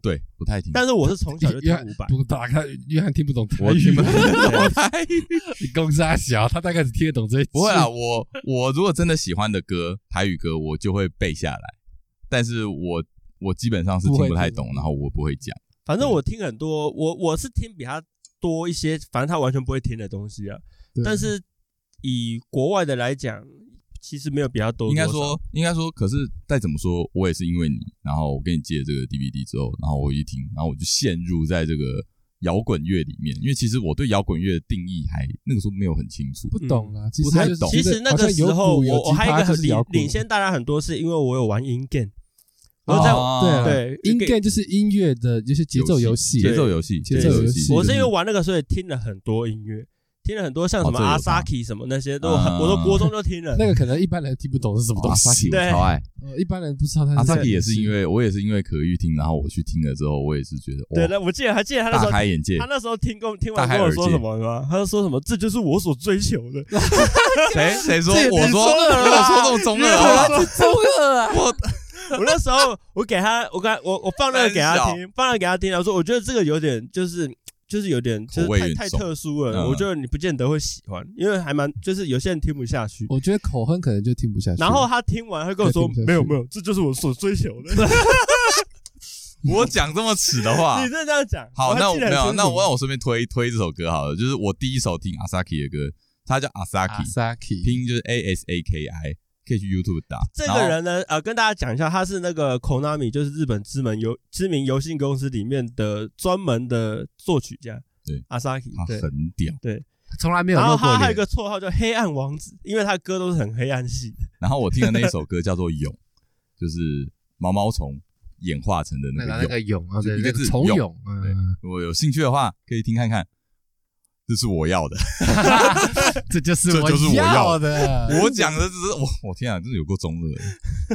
对，不太听。 但是我是从小就听伍佰， 不打开约翰听不懂台语， 我听不懂台语。 你公司小，他大概只听得懂这一句。 不会啦，我我如果真的喜欢的歌，台语歌，我就会背下来。但是我我基本上是听不太懂，然后我不会讲。 反正我听很多，我我是听比他多一些，反正他完全不会听的东西啊。但是以国外的来讲，其实没有比他多。 应该说，应该说，可是再怎么说，我也是因为你，然后我跟你借了这个 D V D 之后，然后我一听，然后我就陷入在这个摇滚乐里面。因为其实我对摇滚乐的定义还那个时候没有很清楚， 不懂啊， 不太懂。 其实那个时候我我还有一个很领领先大家很多，是因为我有玩音 game。我在对对音 game 就是音乐的，就是节奏游戏， 节奏游戏， 节奏游戏。 我是因为玩那个，所以听了很多音乐。听了很多像什么阿萨奇什么那些都，我都国中就听了。 那个可能一般人听不懂是什么东西， 我超爱。 一般人不知道他是。 阿萨奇也是因为我也是因为可玉听，然后我去听了之后，我也是觉得对，那我记得还记得他那时候大开眼界。 他那时候听跟听完跟我说什么吗？他就说什么这就是我所追求的。 谁谁说？我说我说这么中二啊， 中二啊！ 我我那时候我给他，我刚我我放那个给他听，放那个给他听，我说我觉得这个有点就是。就是有点就是太太特殊了，嗯、我觉得你不见得会喜欢，因为还蛮就是有些人听不下去。 我觉得口哼可能就听不下去。 然后他听完，他跟我说：“没有没有，这就是我所追求的。” 我讲这么耻的话， 你真的这样讲？ 好，那我没有，那我让我顺便推推这首歌好了，就是我第一首听 Asaki 的歌，他叫 Asaki， 拼就是 A S A K I。可以去 YouTube 打这个人呢，呃，跟大家讲一下，他是那个 Konami， 就是日本知名游知名游戏公司里面的专门的作曲家。 对 ，Asaki， 他很屌， 对， 从来没有。 然后他还有一个绰号叫黑暗王子，因为他的歌都是很黑暗系的。 然后我听的那一首歌叫做蛹，就是毛毛虫演化成的那个蛹， 那个蛹啊， 一个字虫蛹。 对，如果有兴趣的话，可以听看看。这是我要的， 这就是我要的。 我讲的只是我，我天啊，真的有够中二的。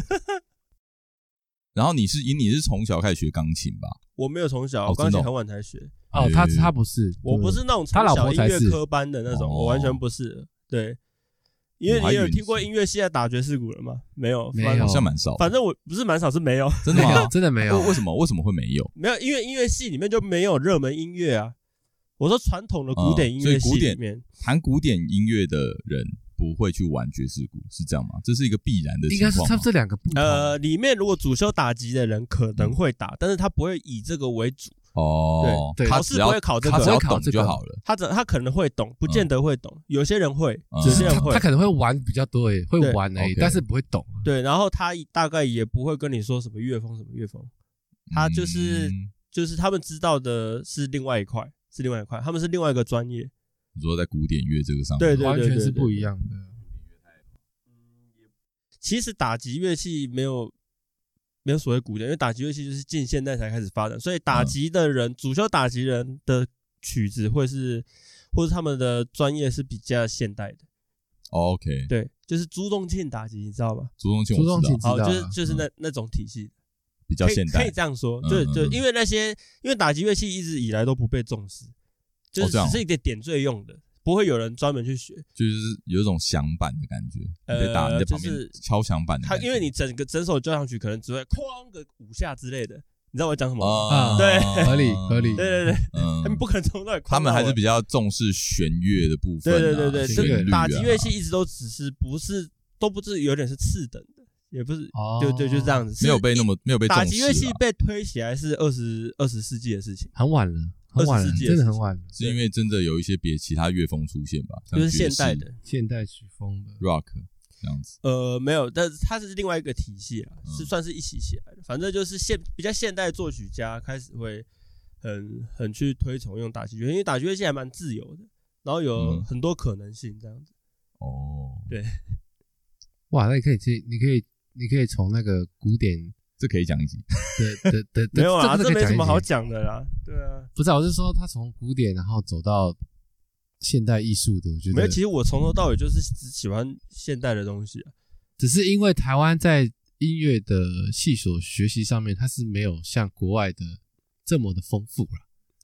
然后你是你是从小开始学钢琴吧？ 我没有从小，钢琴很晚才学。 哦，他他不是， 我不是那种从小音乐科班的那种，我完全不是。对，因为你有听过音乐系在打爵士鼓了吗？没有， 没有， 好像蛮少。 反正我不是蛮少，是没有。 真的吗？ 真的没有？ 为什么？为什么会没有？ 没有，因为音乐系里面就没有热门音乐啊。我说传统的古典音乐系里面， 弹古典音乐的人不会去玩爵士鼓，是这样吗？这是一个必然的情况。 应该是他们这两个不同。 呃，里面如果主修打击的人可能会打，嗯、但是他不会以这个为主。 哦， 对，考试不会考这个， 他只要懂就好了。 他只他可能会懂，不见得会懂。嗯、有些人会，有些人会， 他可能会玩比较多诶，会玩而已，但是不会懂。 对，然后他大概也不会跟你说什么乐风什么乐风，他就是、嗯、就是他们知道的是另外一块。是另外一块，他们是另外一个专业。 你说在古典乐这个上面， 对对对， 完全是不一样的。 其实打击乐器没有没有所谓古典，因为打击乐器就是近现代才开始发展，所以打击的人，嗯、主修打击人的曲子会是，或者他们的专业是比较现代的。 哦、OK， 对，就是朱宗庆打击，你知道吧？ 朱宗庆，朱宗庆知道， 好，就是就是那、嗯、那种体系。 比较现代， 可以这样说，对对，因为那些因为打击乐器一直以来都不被重视，就是只是一个点缀用的，不会有人专门去学， 就是有一种响板的感觉，你在打你在旁边敲响板的感觉， 它因为你整个整首交响曲可能只会哐个五下之类的，你知道我讲什么吗？ 对， 合理合理， 对对对，他们不可能从那里， 他们还是比较重视弦乐的部分， 对对对对，这个打击乐器一直都只是不是都不是有点是次等的。也不是， 哦、 对对，就这样子， 没有被那么没有被重视。 打击乐器被推起来是二十二十世纪的事情， 很晚了，很晚了，真的很晚了。 是因为真的有一些别其他乐风出现吧， 就是现代的现代曲风的 rock 这样子。 呃，没有，但是它是另外一个体系啊，嗯、是算是一起起来的。反正就是现比较现代作曲家开始会很很去推崇用打击乐，因为打击乐器还蛮自由的，然后有很多可能性这样子。 哦， 对， 哇，那你可以去，你可以。你可以从那个古典， 这可以讲一集， 对对对， 没有啊，这没什么好讲的啦，对啊， 不是，我是说他从古典然后走到现代艺术的，我觉得没有，其实我从头到尾就是只喜欢现代的东西啊， 只是因为台湾在音乐的系所学习上面，它是没有像国外的这么的丰富了。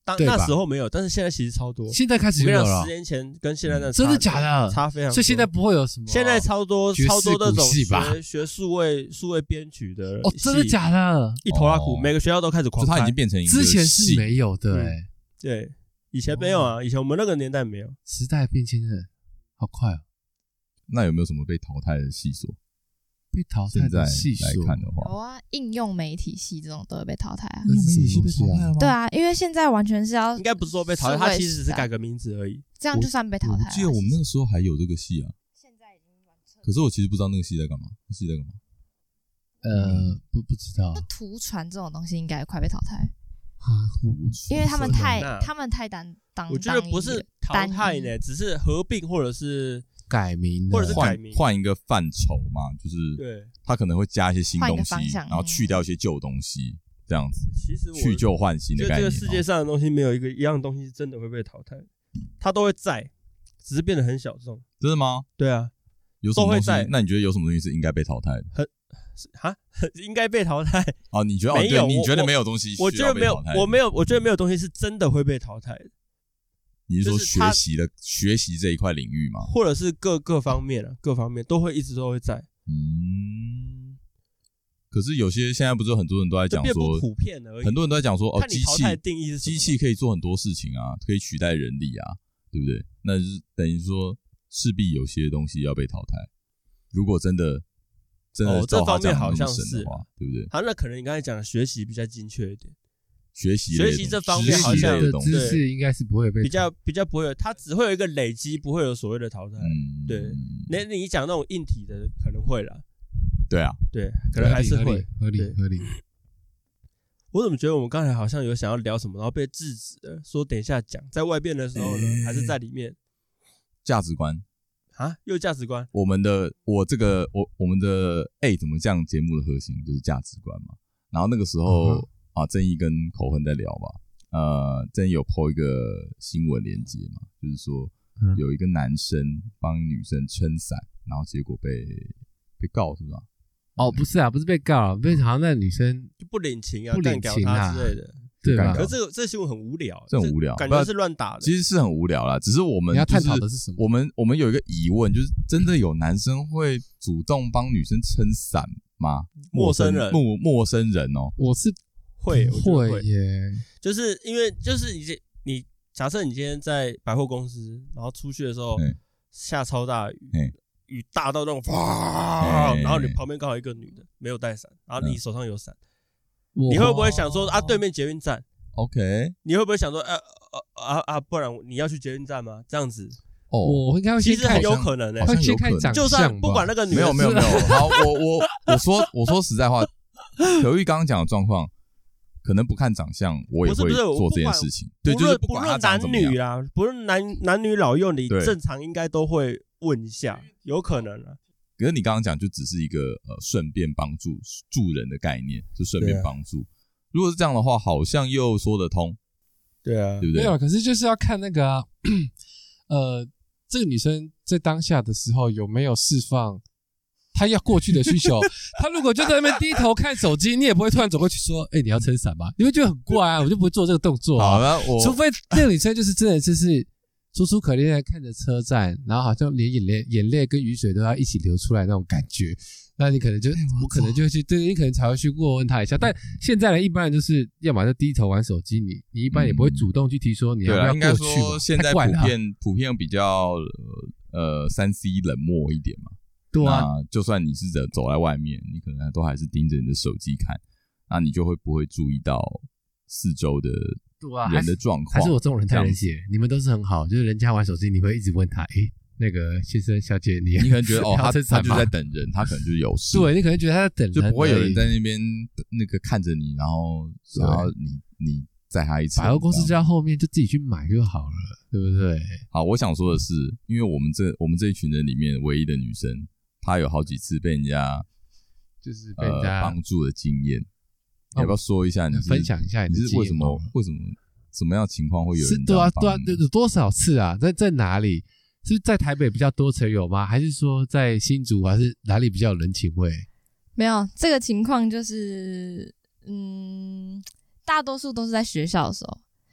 当那时候没有，但是现在其实超多。 现在开始有了， 十年前跟现在那真的假的？ 差非常多。 所以现在不会有什么， 现在超多超多那种学学数位数位编曲的。 哦，真的假的？ 一头拉苦，每个学校都开始狂开。 它已经变成一个之前是没有的，哎， 对，以前没有啊，以前我们那个年代没有。 时代变迁的好快哦。 那有没有什么被淘汰的系所？ 被淘汰的系所来看的话， 有啊，应用媒体系这种都会被淘汰啊。 应用媒体系被淘汰了吗？ 对啊，因为现在完全是要， 应该不是说被淘汰，它其实只是改个名字而已。 这样就算被淘汰了。 我记得我们那个时候还有这个系啊， 现在已经完成。 可是我其实不知道那个系在干嘛，那系在干嘛？ 呃，不不知道。 那图传这种东西应该快被淘汰啊， 因为他们太他们太单当， 我觉得不是淘汰呢，只是合并或者是。 改名， 或者是改名， 换一个范畴嘛，就是对， 他可能会加一些新东西，然后去掉一些旧东西，这样子。 其实去旧换新的概念。 这个世界上的东西没有一个一样的东西是真的会被淘汰，它都会在，只是变得很小众。 真的吗？ 对啊， 有什么东西？那你觉得有什么东西是应该被淘汰的？ 很哈，应该被淘汰？ 哦，你觉得没有？你觉得没有东西？ 我觉得没有，我没有，我觉得没有东西是真的会被淘汰的。 你是说学习的学习这一块领域吗？ 或者是各各方面啊，各方面都会一直都会在。 嗯，可是有些现在不是很多人都在讲说， 普遍而已。 很多人都在讲说，哦，机器定义是机器可以做很多事情啊，可以取代人力啊，对不对？那就是等于说，势必有些东西要被淘汰。如果真的真的照他讲那么神的话，对不对？ 好，那可能你刚才讲的学习比较精确一点。 学习学习这方面好像的知识应该是不会被比较比较不会有，它只会有一个累积，不会有所谓的淘汰。 嗯， 对，那你讲那种硬体的可能会啦。 对啊， 对，可能还是会合理合理。 我怎么觉得我们刚才好像有想要聊什么，然后被制止了，说等一下讲，在外边的时候呢，还是在里面？ 价值观啊，又价值观。 我们的我这个我我们的哎怎么这样节目的核心就是价值观嘛。然后那个时候。啊，正义跟口恨在聊嘛，呃，正义有 po 一个新闻连结嘛，就是说有一个男生帮女生撑伞，然后结果被被告是吧？ 哦，不是啊，不是被告，被好像那女生就不领情啊， 不领情啊之类的， 对吧？ 可是这个这新闻很无聊， 这很无聊， 感觉是乱打的。 其实是很无聊啦，只是我们你要探讨的是什么？ 我们我们有一个疑问，就是真的有男生会主动帮女生撑伞吗？ 陌生人， 陌陌生人哦， 我是。 会会会耶， 就是因为就是你你假设你今天在百货公司，然后出去的时候下超大雨，雨大到那种哇，然后你旁边刚好一个女的没有带伞，然后你手上有伞，你会不会想说啊，对面捷运站 ，OK， 你会不会想说，呃呃啊啊，不然你要去捷运站吗？这样子。 哦，我应该会其实很有可能诶， 会先看长相， 就算不管那个女的， 没有没有没有，好，我我我说我说实在话，可玉刚刚讲的状况。可能不看长相，我也会做这件事情。对，就是不论男女啦，不论男男女老幼，你正常应该都会问一下，有可能啊。 可是你刚刚讲就只是一个呃顺便帮助助人的概念，就顺便帮助。如果是这样的话，好像又说得通。 对啊， 对不对？ 没有，可是就是要看那个啊，呃，这个女生在当下的时候有没有释放。他要过去的需求，他如果就在那边低头看手机，你也不会突然走过去说：“哎、欸，你要撑伞吗？”你会觉得很怪啊，我就不会做这个动作、啊。 好了，我除非那个女生就是真的就是楚楚可怜的看着车站，然后好像连眼泪、眼泪跟雨水都要一起流出来那种感觉，那你可能就、欸、我, 我可能就会去，对，你可能才会去过问他一下。但现在的一般人就是要么就低头玩手机，你你一般也不会主动去提说你要不要过去嘛。 应该说现在普遍普遍比较呃三 C 冷漠一点嘛。 对啊， 那就算你是走在外面，你可能都还是盯着你的手机看，那你就会不会注意到四周的人的状况？ 还是我这种人太冷血？你们都是很好，就是人家玩手机，你会一直问他，诶，那个先生小姐，你你可能觉得哦，他他就在等人，他可能就是有事， 对，你可能觉得他在等人， 就不会有人在那边那个看着你，然后然后你你载他一程， 百货公司就在后面，就自己去买就好了，对不对？ 好，我想说的是，因为我们这我们这一群人里面唯一的女生。他有好几次被人家就是被人家帮、呃、助的经验，你要不要说一下？你分享一下你是为什么？为什么什么样情况会有人？ 对啊，对啊，有多少次啊？在在哪里？是在台北比较多才有吗？还是说在新竹，还是哪里比较有人情味？ 没有，这个情况就是，嗯，大多数都是在学校的时候。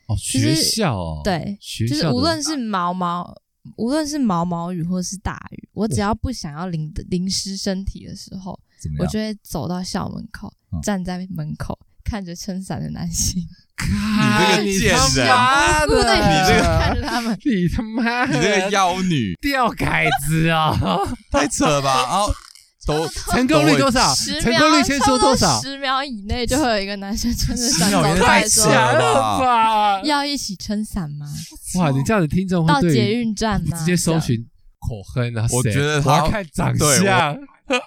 哦，学校哦， 对， 学校就是无论是毛毛，无论是毛毛雨或是大雨，我只要不想要淋淋湿身体的时候，我就会走到校门口，嗯、站在门口看着撑伞的男性。 你这个贱人！ 不对， 你这个看着他们， 你他妈， 你这个妖女， 吊凯子啊， 太扯了吧！然后都成功率多少？成功率先说多少？ 十秒以内就会有一个男生撑着伞走过来说：“ 吧， 要一起撑伞吗？” 哇，你这样子听众会到捷运站吗？ 直接搜寻口哼啊！ 我觉得他要看长相，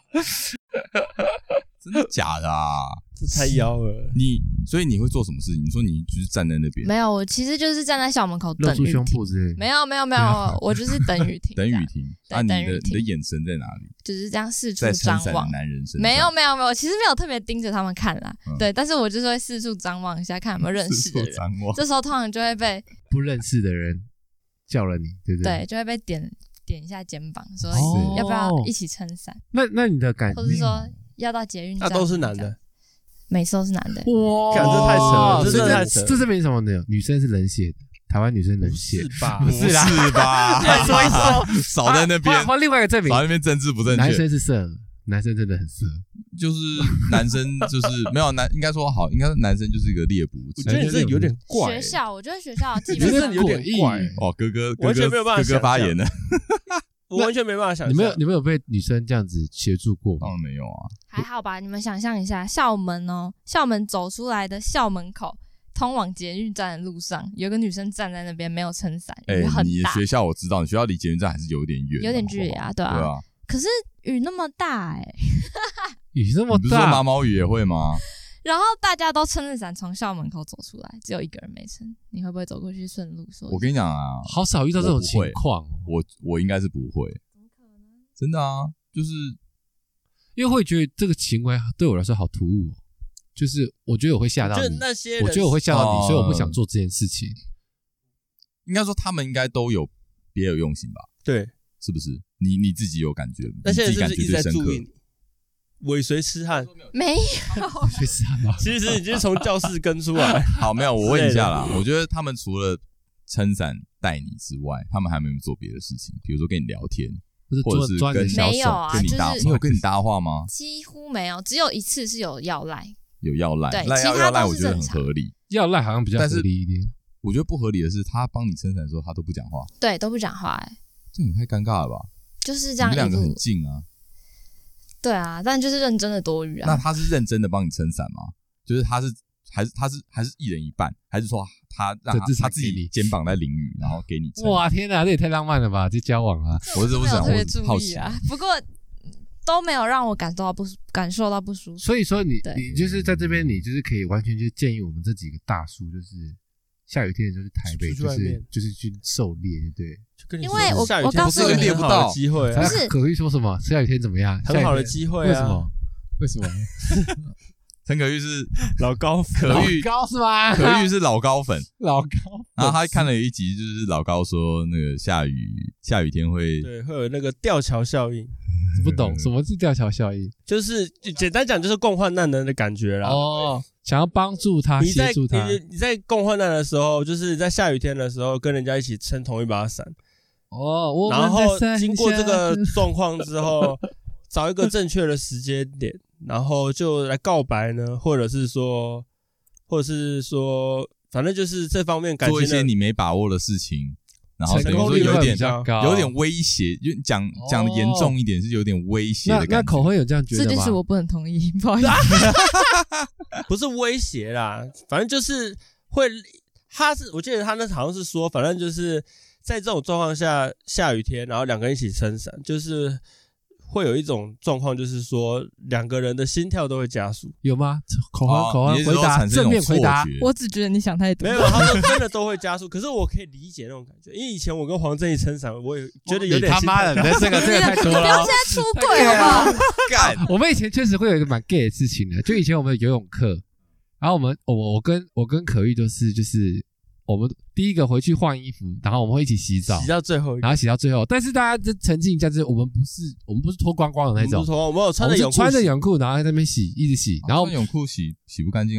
真的假的啊？ 这太妖了！ 你所以你会做什么事情？你说你就是站在那边？ 没有，我其实就是站在校门口等雨停。 露出胸部之类。 没有，没有，没有，我就是等雨停。 等雨停。啊，你的你的眼神在哪里？ 就是这样四处张望。 男人身上没有，没有，没有，其实没有特别盯着他们看啦。嗯、对，但是我就是会四处张望一下，看有没有认识的人。这时候通常就会被不认识的人叫了你，对不对？ 对，就会被点点一下肩膀，说要不要一起撑伞？ 那那你的感觉， 或者说要到捷运站？ 那都是男的。 每次都是男的， 哇， 这太扯了，这真的太扯了。 这证明什么呢？女生是冷血的，台湾女生冷血， 是吧？ 不是啦， 是吧？ 说一说， 少在那边。 换另外一个证明， 少在那边政治不正确。 男生是色，男生真的很色， 就是男生就是没有男，应该说好，应该男生就是一个猎捕。 我觉得你这有点怪。 学校，我觉得学校基本上有点怪。 哦，哥哥， 完全没有办法哥哥发言了。 我完全没办法想象。 你们有你们有被女生这样子协助过吗？ 当然没有啊， 还好吧。你们想象一下，校门哦，校门走出来的校门口，通往捷运站的路上，有个女生站在那边，没有撑伞，雨很大。 你的学校我知道，你学校离捷运站还是有点远， 有点距离啊，对啊。 对啊。 可是雨那么大哎， 雨那么大， 你不是说毛毛雨也会吗？ 然后大家都撑着伞从校门口走出来，只有一个人没撑，你会不会走过去顺路说？ 我跟你讲啊， 好少遇到这种情况， 我我应该是不会。真的啊，就是因为会觉得这个行为对我来说好突兀、哦，就是我觉得我会吓到你， 那些我觉得我会吓到你，哦、所以我不想做这件事情。 应该说他们应该都有别有用心吧？ 对， 是不是？你你自己有感觉？ 那些人是不是一直在注意你？尾随痴汉没有， 尾随痴汉吗？ 其实你就是从教室跟出来。 好，没有，我问一下啦。我觉得他们除了撑伞带你之外，他们还没有做别的事情，比如说跟你聊天。或者是跟小手跟你搭，你有跟你搭话吗？ 几乎没有，只有一次是有要赖， 有要赖， 对， 赖要赖，我觉得很合理。 要赖好像比较合理一点。 我觉得不合理的是，他帮你撑伞的时候，他都不讲话， 对，都不讲话，哎， 这也太尴尬了吧？ 就是这样， 你们两个很近啊。 对啊，但就是认真的多余啊。 那他是认真的帮你撑伞吗？就是他是还是他是还是一人一半，还是说他让他他自己肩膀在淋雨，然后给你撑？ 哇，天哪，这也太浪漫了吧！这交往啊， 我是不想特别注意啊。不过都没有让我感受到不感受到不舒服。 所以说你你就是在这边，你就是可以完全就建议我们这几个大叔，就是下雨天的时候去台北，就是就是去狩猎，对。 因为我我告诉你， 猎不到机会， 不是可以说什么下雨天怎么样？ 很好的机会啊？ 为什么？为什么？ 陈可玉是老高粉， 可玉高是吗？ 可玉是老高粉， 老高。 然后他看了有一集，就是老高说那个下雨下雨天会对会有那个吊桥效应。 不懂什么是吊桥效应， 就是简单讲就是共患难的感觉啦。 哦，想要帮助他，协助他。 你在共患难的时候，就是在下雨天的时候，跟人家一起撑同一把伞。 哦，我然后经过这个状况之后，找一个正确的时间点，然后就来告白呢，或者是说，或者是说，反正就是这方面感情做一些你没把握的事情，然后等于说有点有点威胁，就讲讲的严重一点是有点威胁的感觉。 那那口会有这样觉得吗？ 这件事我不能同意，不好意思， 不是威胁啦，反正就是会，他是我记得他那好像是说，反正就是在这种状况下，下雨天，然后两个人一起撑伞，就是会有一种状况，就是说两个人的心跳都会加速， 有吗？口欢口欢回答，正面回答。 我只觉得你想太多。 没有，他说真的都会加速。可是我可以理解那种感觉，因为以前我跟黄正义撑伞，我也觉得有点。 他妈的，这个这个太多了。 不要现在出轨好不好？ 干！ 我们以前确实会有一个蛮 gay 的事情的，就以前我们游泳课，然后我们我我跟我跟可玉都是就是。我们第一个回去换衣服，然后我们会一起洗澡， 洗到最后， 然后洗到最后。但是大家就澄清一下，就是我们不是我们不是脱光光的那种， 我们我们有穿着泳裤， 穿着泳裤，然后在那边洗，一直洗。 然后泳裤洗洗不干净啊，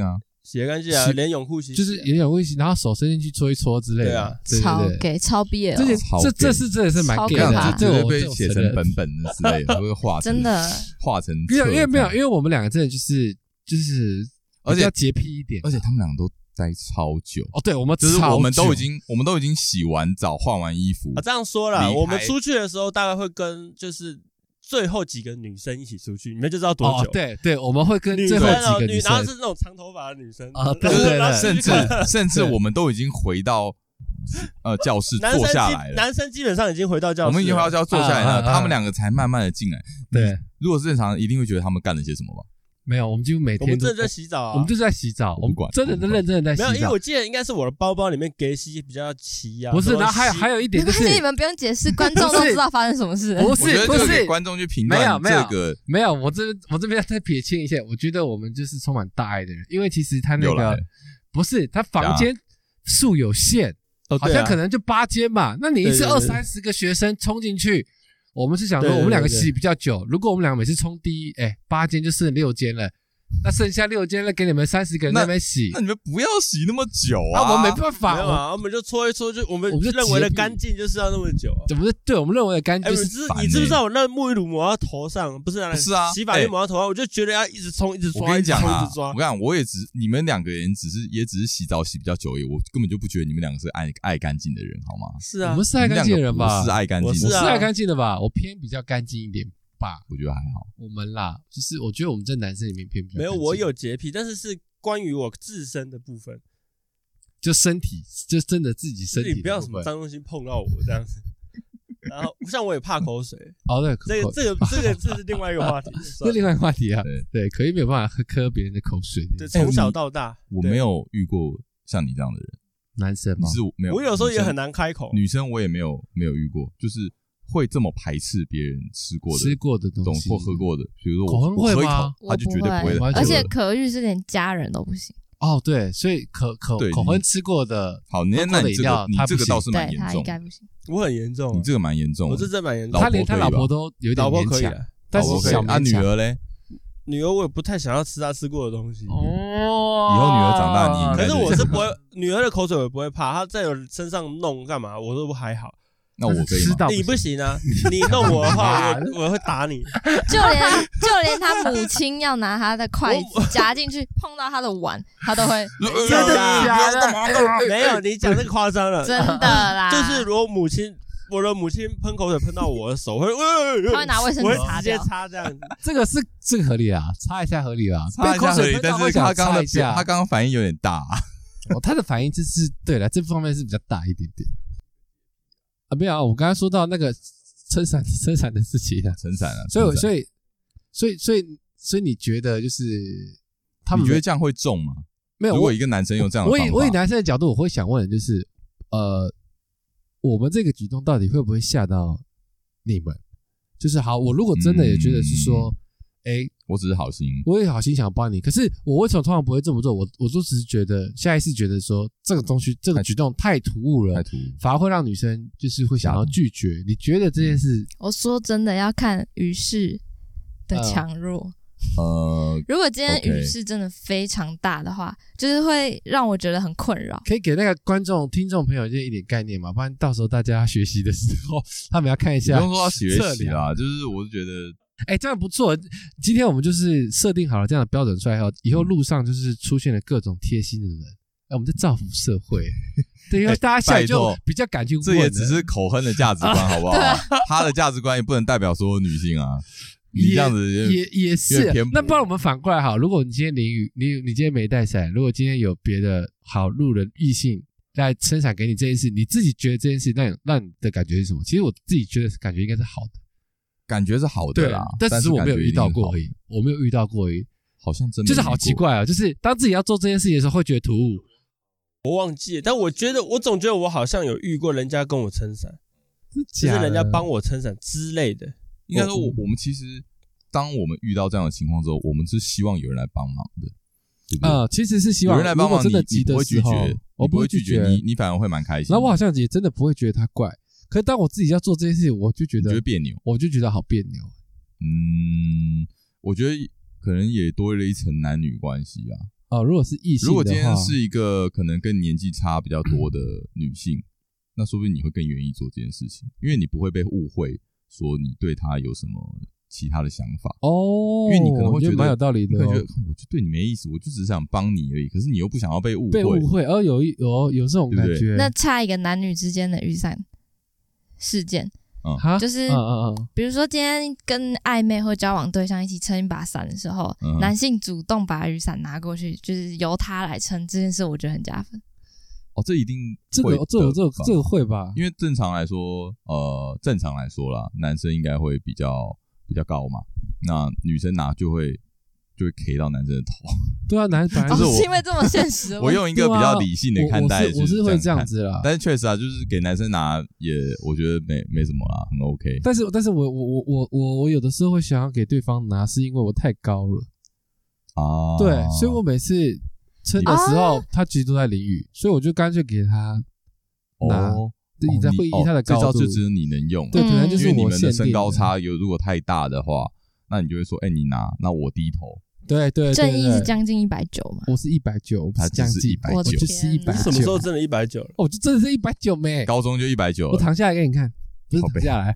洗干净啊，连泳裤洗， 就是连泳裤洗，然后手伸进去搓一搓之类的。对啊， 超给超 B L， 这这这是真的是蛮给的， 这会被写成本本的之类的，会画成真的画成。 因为因为没有，因为我们两个真的就是就是而且要洁癖一点， 而且他们两个都待超久哦。对，我们就是我们都已经我们都已经洗完澡换完衣服啊。这样说啦，我们出去的时候大概会跟就是最后几个女生一起出去，你们就知道多久。 哦、对对，我们会跟最后几个女生， 然后是那种长头发的女生啊，对对对， 甚至甚至我们都已经回到呃教室坐下来了。 男生基本上已经回到教室， 我们已经回到教室坐下来了，啊啊啊他们两个才慢慢的进来。 对， 如果是正常，一定会觉得他们干了些什么吧？ 没有，我们几乎每天我们真的在洗澡啊， 我们就是在洗澡，我们真的认真的在洗澡。 没有，因为我记得应该是我的包包里面给洗比较齐啊。 不是，然后还有还有一点就是， 你们不用解释，观众都知道发生什么事。 不是不是， 观众去评断这个没有，我这我这边再撇清一下，我觉得我们就是充满大爱的人，因为其实他那个不是他房间数有限，好像可能就八间嘛，那你一次二三十个学生冲进去。我们是想说，我们两个洗比较久，如果我们两个每次冲第一，哎，八间就剩六间了。那剩下六间，那给你们三十个人在那边洗， 那你们不要洗那么久啊！ 啊我们没办法， 没有啊，我们就搓一搓，就我们我们认为的干净就是要那么久、啊。 怎么是？对我们认为的干净、 欸，你知不知道我那沐浴乳抹到头上，不是啊？ 不是啊， 洗发液抹到头上，我就觉得要一直冲，一直刷。 我跟你讲啊，我跟你讲，我也只你们两个人只是也只是洗澡洗比较久而已，我根本就不觉得你们两个是爱爱干净的人，好吗？ 是啊， 我们是爱干净的人吧？ 我是爱干净， 我是爱干净的吧？我偏比较干净一点。吧， 我觉得还好。 我们啦，就是我觉得我们这男生里面偏比较没有，我有洁癖，但是是关于我自身的部分， 就身体，就真的自己身体， 你不要什么脏东西碰到我这样子。然后像我也怕口水， 哦对， 这个这个这个这是另外一个话题， 这另外一个话题啊，对对，可以没有办法喝喝别人的口水， 对，从小到大， 我没有遇过像你这样的人， 男生吗？ 你是没有， 我有时候也很难开口， 女生我也没有没有遇过，就是。会这么排斥别人吃过的、 吃过的东西或喝过的，比如说我我喝一口， 他就绝对不会的。 而且可遇是连家人都不行。 哦，对，所以可可口亨吃过的， 好，那那你这个你这个倒是蛮严重， 应该不行。 我很严重， 你这个蛮严重， 我这真蛮严重。 他连他老婆都有点勉强，但是小啊女儿嘞， 女儿我也不太想要吃她吃过的东西。 哦， 以后女儿长大你应该， 可是我是不会，女儿的口水我不会怕，她在我身上弄干嘛我都还好。 那我可以吗？ 你不行啊！你弄我的话，我我会打你。 就连就连他母亲要拿他的筷子夹进去碰到他的碗，他都会。 真的假的？ 没有，你讲这个夸张了。 真的啦。 就是如果母亲，我的母亲喷口水喷到我的手，会， 他会拿卫生纸擦掉， 直接擦这样子。 这个是这个合理啊，擦一下合理啦， 擦一下合理。但是他刚刚的他刚刚反应有点大。 哦，他的反应就是对了，这方面是比较大一点点。啊，没有啊！我刚刚说到那个撑伞撑伞的事情啊， 撑伞啊， 所以所以所以所以所以你觉得就是他们你觉得这样会中吗？ 没有， 如果一个男生用这样的方法， 我以我以男生的角度，我会想问的就是，呃，我们这个举动到底会不会吓到你们？就是好，我如果真的也觉得是说，哎、嗯， 我只是好心， 我也好心想帮你，可是我为什么通常不会这么做？我我就只是觉得下意识觉得说这个东西这个举动太突兀了， 太突兀， 反而会让女生就是会想要拒绝。你觉得这件事？ 我说真的，要看雨势的强弱。 呃， 如果今天雨势真的非常大的话， okay. 就是会让我觉得很困扰。 可以给那个观众、听众朋友一点概念嘛？不然到时候大家学习的时候，他们要看一下。 不用说要学习啦，就是我是觉得。 哎、欸，这样不错。今天我们就是设定好了这样的标准出来后，以后路上就是出现了各种贴心的人，哎、欸，我们在造福社会。对，因为大家现在就比较敢去问、欸。 这也只是口亨的价值观，好不好？他的价值观也不能代表所有女性啊。你这样子也也是。那不然我们反过来好，如果你今天淋雨，你你今天没带伞，如果今天有别的好路人异性来撑伞给你这件事，你自己觉得这件事让让你的感觉是什么？其实我自己觉得感觉应该是好的。 感觉是好的啦， 但只是我没有遇到过而已，我没有遇到过而已， 好像真的就是好奇怪啊！就是当自己要做这件事情的时候，会觉得突兀。 我忘记了，但我觉得我总觉得我好像有遇过人家跟我撑伞，就是人家帮我撑伞之类的。 应该说我，我们其实当我们遇到这样的情况之后，我们是希望有人来帮忙的，对不对？ 呃，其实是希望有人来帮忙， 真的急的时候， 我不会拒绝你，你反而会蛮开心。 然后我好像也真的不会觉得他怪，可是当我自己要做这件事情，我就觉得觉得别扭， 我就觉得好别扭。 嗯，我觉得可能也多了一层男女关系啊。 哦，如果是异性的话， 如果今天是一个可能跟年纪差比较多的女性，那说不定你会更愿意做这件事情，因为你不会被误会说你对她有什么其他的想法哦， 因为你可能会觉得蛮有道理的、哦， 你可能觉得我就对你没意思，我就只是想帮你而已，可是你又不想要被误会， 被误会，哦，有有有这种感觉。 对对那差一个男女之间的雨伞事件。 嗯， 就是嗯嗯嗯， 比如说今天跟暧昧或交往对象一起撑一把伞的时候， 嗯、 男性主动把雨伞拿过去，就是由他来撑这件事，我觉得很加分。 哦，这一定这个这个这个这个会吧？ 因为正常来说，呃，正常来说啦，男生应该会比较比较高嘛，那女生拿就会就会 K 到男生的头。 对啊，男本来就是我、哦、是因为这么现实我用一个比较理性的看待、 啊我，我是我是会这样子啦。 但是确实啊，就是给男生拿也，我觉得没没什么啦，很 OK。 但是但是我我我我我我有的时候会想要给对方拿，是因为我太高了啊。 对，所以我每次撑的时候，啊、他其实都在淋雨，所以我就干脆给他拿。 哦你在会依他的高度， 哦、这招就只有你能用。 对，可能就是因为你们的身高差有如果太大的话，那你就会说，哎、欸，你拿，那我低头。 对对对， 正义是将近一百九嘛？ 我是一百九，我不是将近一百九， 我就是一百九。 什么时候真的一百九了？ 哦，就真的是一百九没？ 高中就一百九， 我躺下来给你看，不是躺下来。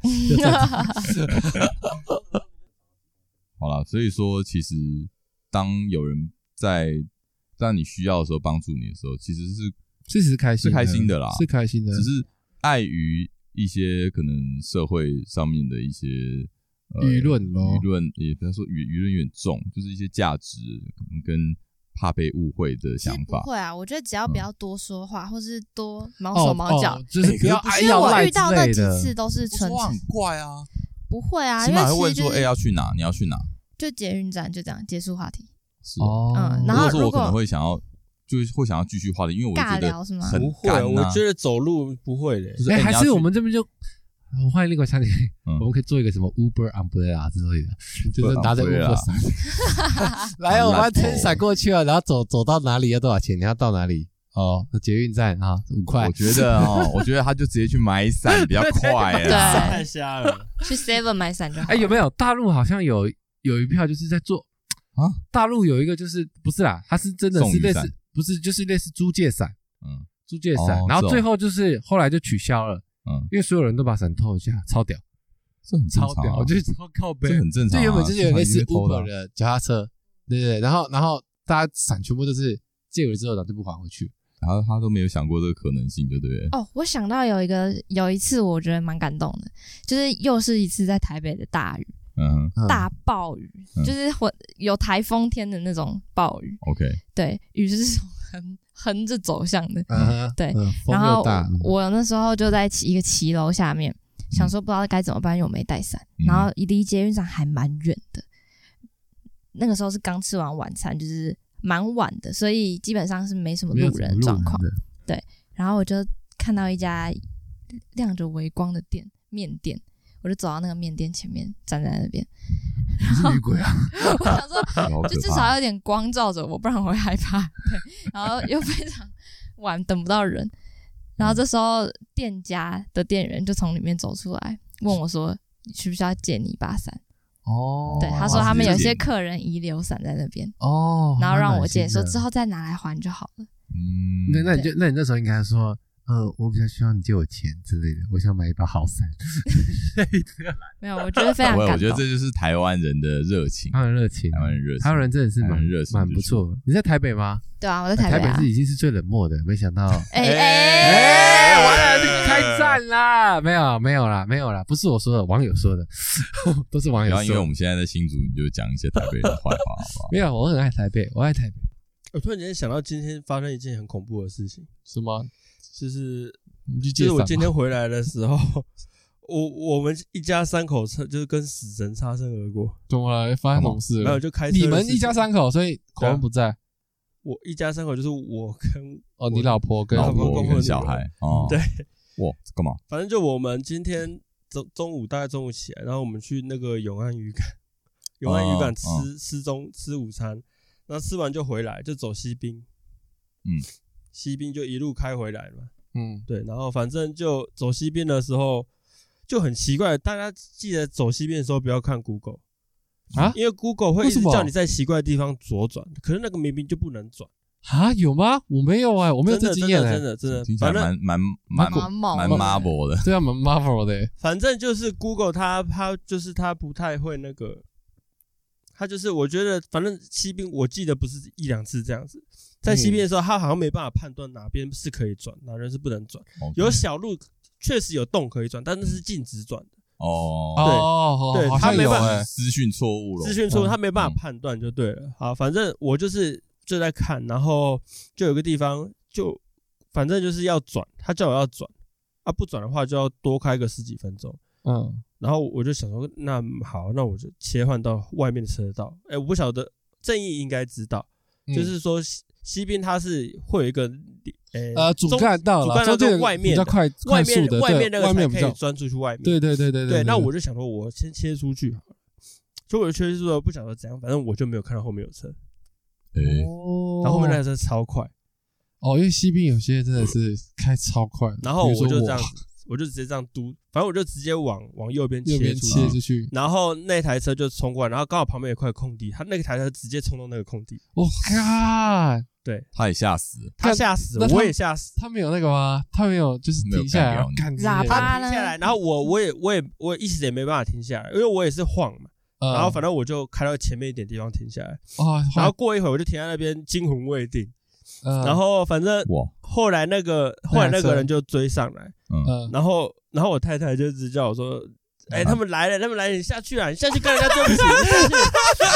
好啦，所以说其实当有人在当你需要的时候帮助你的时候，其实是其实是开心， 是开心的啦， 是开心的， 只是碍于一些可能社会上面的一些。 舆论咯， 舆论也不要说舆舆论有点重，就是一些价值可能跟怕被误会的想法。 不会啊，我觉得只要不要多说话，嗯、或是多毛手毛脚， 哦哦、就是不要哎因为我遇到那几次都是纯说话很怪啊。 不会啊， 起码会问说，哎、 就是欸， 要去哪？你要去哪？ 就捷运站就这样结束话题。 是哦， 嗯，然后如果说我可能会想要。就是会想要继续话题，因为我觉得很干、啊、 不会，我觉得走路不会的。 哎、欸，还是我们这边就，我换另一个场景，嗯、我们可以做一个什么 Uber Umbrella 之类的，就是拿着 Uber 伞，来，我们撑伞过去了，然后走走到哪里要多少钱？你要到哪里？哦，捷运站啊，五块。 我觉得哦，我觉得他就直接去买伞比较快啊， 对，太瞎了。 去 Seven 买伞就好。 哎、欸，有没有大陆好像有有一票就是在做啊？大陆有一个就是不是啦，它是真的是类似。不是，就是类似租借伞，嗯，租借伞、哦，然后最后就是后来就取消了，嗯，因为所有人都把伞偷一下，超屌， 这很超屌，我觉得超靠背， 这很正常、啊。 这原本就是有类似 Uber 的脚踏车，对对对，然后然后大家伞全部都是借回之后，然后就不还回去， 然后他都没有想过这个可能性，对不对？ 哦，我想到有一个有一次，我觉得蛮感动的，就是又是一次在台北的大雨。 嗯， 大暴雨、嗯、就是有台风天的那种暴雨。 OK， 对，雨是从横横着走向的。 嗯， 对。 嗯、 然后我那时候就在一个骑楼下面、嗯，想说不知道该怎么办，因为我没带伞、嗯。然后离捷运站还蛮远的。那个时候是刚吃完晚餐，就是蛮晚的，所以基本上是没什么路人的状况。对。然后我就看到一家亮着微光的店，面店。我就走到那个面店前面，站在那边。 你是女鬼啊！ 我想说，就至少有点光照着我，不然我会害怕。对，然后又非常晚，等不到人。然后这时候店家的店员就从里面走出来，问我说：“你需不需要借你一把伞？” 哦， 对，他说他们有些客人遗留伞在那边。 哦， 然后让我借，说之后再拿来还就好了。 嗯，那那你就那你那时候应该说。呃，我比较希望你借我钱之类的，我想买一把好伞。 没有，我觉得非常感动。 我觉得这就是台湾人的热情， 台湾人热情， 台湾人热情， 台湾人真的是蛮热情， 蛮不错。你在台北吗？ 对啊，我在台北、啊。 台北是已经是最冷漠的，没想到。 哎哎哎，完了，你开战啦！没有，没有啦，没有啦，不是我说的，网友说的，都是网友说的。 因为我们现在在新竹，你就讲一些台北人的坏话，好不好？ 没有，我很爱台北，我爱台北。 我突然间想到今天发生一件很恐怖的事情， 什么？ 就是就是我今天回来的时候，我我们一家三口就是跟死神擦身而过。 怎么了？发生什么事了？ 没有，就开车。 你们一家三口，所以口恩不在。 我一家三口就是我跟哦，你老婆跟老婆跟小孩哦。 对， 哇，干嘛？ 反正就我们今天中中午大概中午起来，然后我们去那个永安渔港，永安渔港吃、哦、吃中吃午餐，然后吃完就回来，就走西滨。 嗯。 西滨就一路开回来嘛， 嗯， 对，然后反正就走西滨的时候就很奇怪，大家记得走西滨的时候不要看 Google， 啊，因为 Google 会一直叫你在奇怪的地方左转，可是那个明明就不能转啊？有吗？我没有哎、欸，我没有这经验哎、 欸，真的真的， 听起来蛮蛮蛮蛮蛮 Marvel 的， 对啊，蛮 Marvel 的、欸。 反正就是 Google 它它就是它不太会那个，它就是我觉得反正西滨我记得不是一两次这样子，在西滨的时候，他好像没办法判断哪边是可以转，哪边是不能转， okay. 有小路确实有洞可以转，但那是禁止转的。 哦， 对，对他没办法， 资讯错误了， 资讯错误，他没办法判断就对了。好，反正我就是就在看，然后就有个地方就反正就是要转，他叫我要转，啊不转的话就要多开个十几分钟。嗯，然后我就想说，那好，那我就切换到外面的车道。哎，我不晓得正义应该知道，嗯、就是说西滨它是会有一个。 呃，主干道了， 主干道外面比较快， 外面的外面那个外面才可以钻出去外面。 对对对对对, 对, 对。那我就想说，我先切出去好了。所以我就切出去，不晓得怎样，反正我就没有看到后面有车。 哦。 然后后面那台车超快。 哦，因为西滨有些真的是开超快。 然后我就这样子，我就直接这样嘟，反正我就直接往往右边切出切出去。 然后那台车就冲过来，然后刚好旁边有块空地，他那台车直接冲到那个空地。 我靠！ 对， 他也吓死了， 他吓死了，我也吓死。 他没有那个吗？他没有，就是停下来， 喇叭停下来，然后我我也我也我也一时也没办法停下来，因为我也是晃嘛。嗯、然后反正我就开到前面一点地方停下来，哦、然后过一会儿我就停在那边惊魂未定。嗯、然后反正后来那个后来那个人就追上来，嗯、然后然后我太太就直叫我说：“哎、欸，他们来了，他们来了，你下去啊，你下去跟人家对不起，你下去。”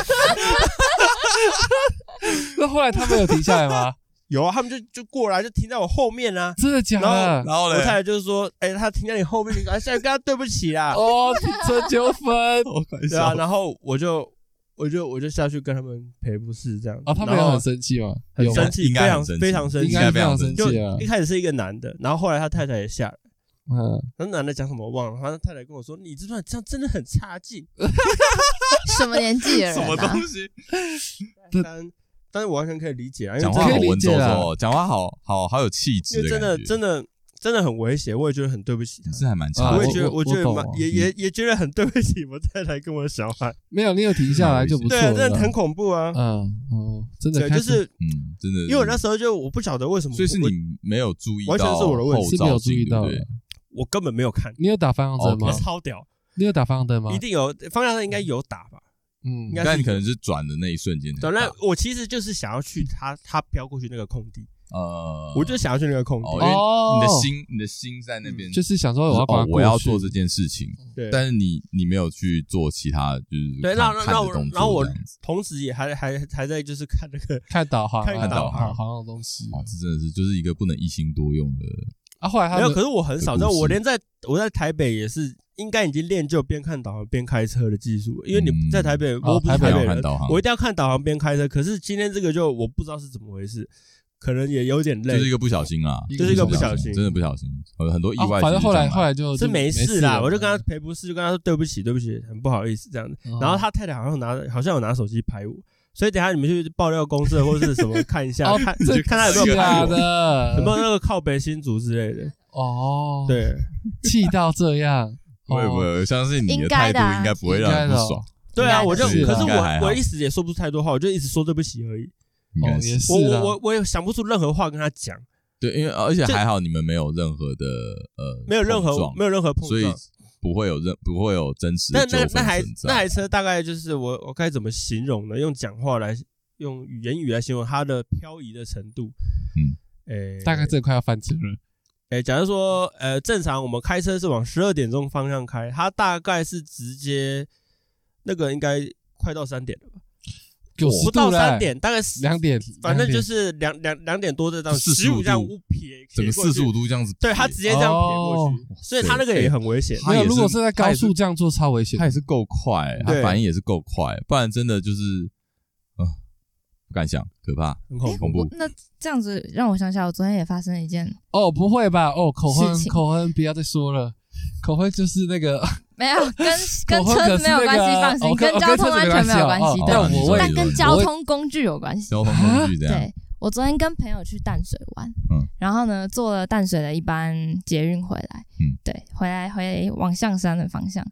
那后来他们有停下来吗？ 有啊，他们就就过来，就停在我后面啊。 真的假的？ 然后，然后我太太就是说：“哎、欸，他停在你后面，你下去跟他对不起啦。” 哦，停车纠纷。 对啊，然后我就我就我就下去跟他们赔不是这样。 哦，他们有很生气吗？ 很生气，非常非常生气， 应该非常生气啊！ 一开始是一个男的，然后后来他太太也下来。嗯，那男的讲什么我忘了，他太太跟我说：“你知道这样真的很差劲。” 什么年纪的人、啊？ 什么东西？ 但但是我完全可以理解啊， 讲话好文绉绉，讲话好好好有气质的感觉，真的真的真的很危险，我也觉得很对不起他， 是还蛮差的，我也觉得我觉得蛮也也也觉得很对不起我太太跟我小孩。 没有，你有停下来就不错了。 对，真的很恐怖啊。 嗯哦，真的就是嗯，真的， 因为我那时候就我不晓得为什么， 所以是你没有注意到， 完全是我的问题， 是没有注意到的。 我根本没有看。 你有打方向灯吗？ 超屌！ 你有打方向灯吗？ 一定有，方向灯应该有打吧？ 嗯，但你可能是转的那一瞬间。 转那我其实就是想要去他他飘过去那个空地， 呃， 我就想要去那个空地， 因为你的心你的心在那边， 就是想说我要把我要做这件事情， 对， 但是你你没有去做其他就是对，那那我然后我同时也还还还在就是看那个看导航看导航好像东西， 哇，这真的是就是一个不能一心多用的。 啊，后来他没有，可是我很少，但我连在我在台北也是应该已经练就边看导航边开车的技术，因为你在台北，我不是台北人，我一定要看导航边开车。可是今天这个就我不知道是怎么回事，可能也有点累， 就是一个不小心啦， 就是一个不小心， 真的不小心，有很多意外。 反正后来后来就是没事啦，我就跟他赔不是，就跟他说对不起，对不起，很不好意思这样子。然后他太太好像拿好像有拿手机拍我。所以等一下你们去爆料公社或是什么看一下，看看他有没有拍我的， 有没有那个靠北新竹之类的。 哦， 对， 气到这样， 不会不会，我相信你的态度应该不会让人不爽。 对啊，我就可是我我一时也说不出太多话，我就一直说对不起而已。 哦，也是， 我我我我也想不出任何话跟他讲。 对，因为而且还好你们没有任何的呃， 没有任何没有任何碰撞， 所以不会有任不会有真实的纠纷存在。 那那台那台车大概就是我我该怎么形容呢？用讲话来用言语来形容它的漂移的程度。 嗯， 诶， 大概这块要翻车了。 诶，假如说呃正常我们开车是往十二点钟方向开，它大概是直接那个应该快到三点了吧？不到三点，大概两点， 反正就是两两两点多这样，十五这样撇， 整个四十五度这样子， 对他直接这样撇过去，所以他那个也很危险。 没有，如果是在高速这样做超危险， 他也是够快，他反应也是够快，不然真的就是啊，不敢想，可怕， 很恐恐怖。 那这样子让我想起来，我昨天也发生了一件哦，不会吧？哦，口婚口婚，不要再说了，口婚就是那个。 没有跟跟车子没有关系，放心，跟交通安全没有关系的，但跟交通工具有关系。 交通工具这样。 对，我昨天跟朋友去淡水玩，嗯，然后呢坐了淡水的一班捷运回来，嗯，对，回来回往象山的方向，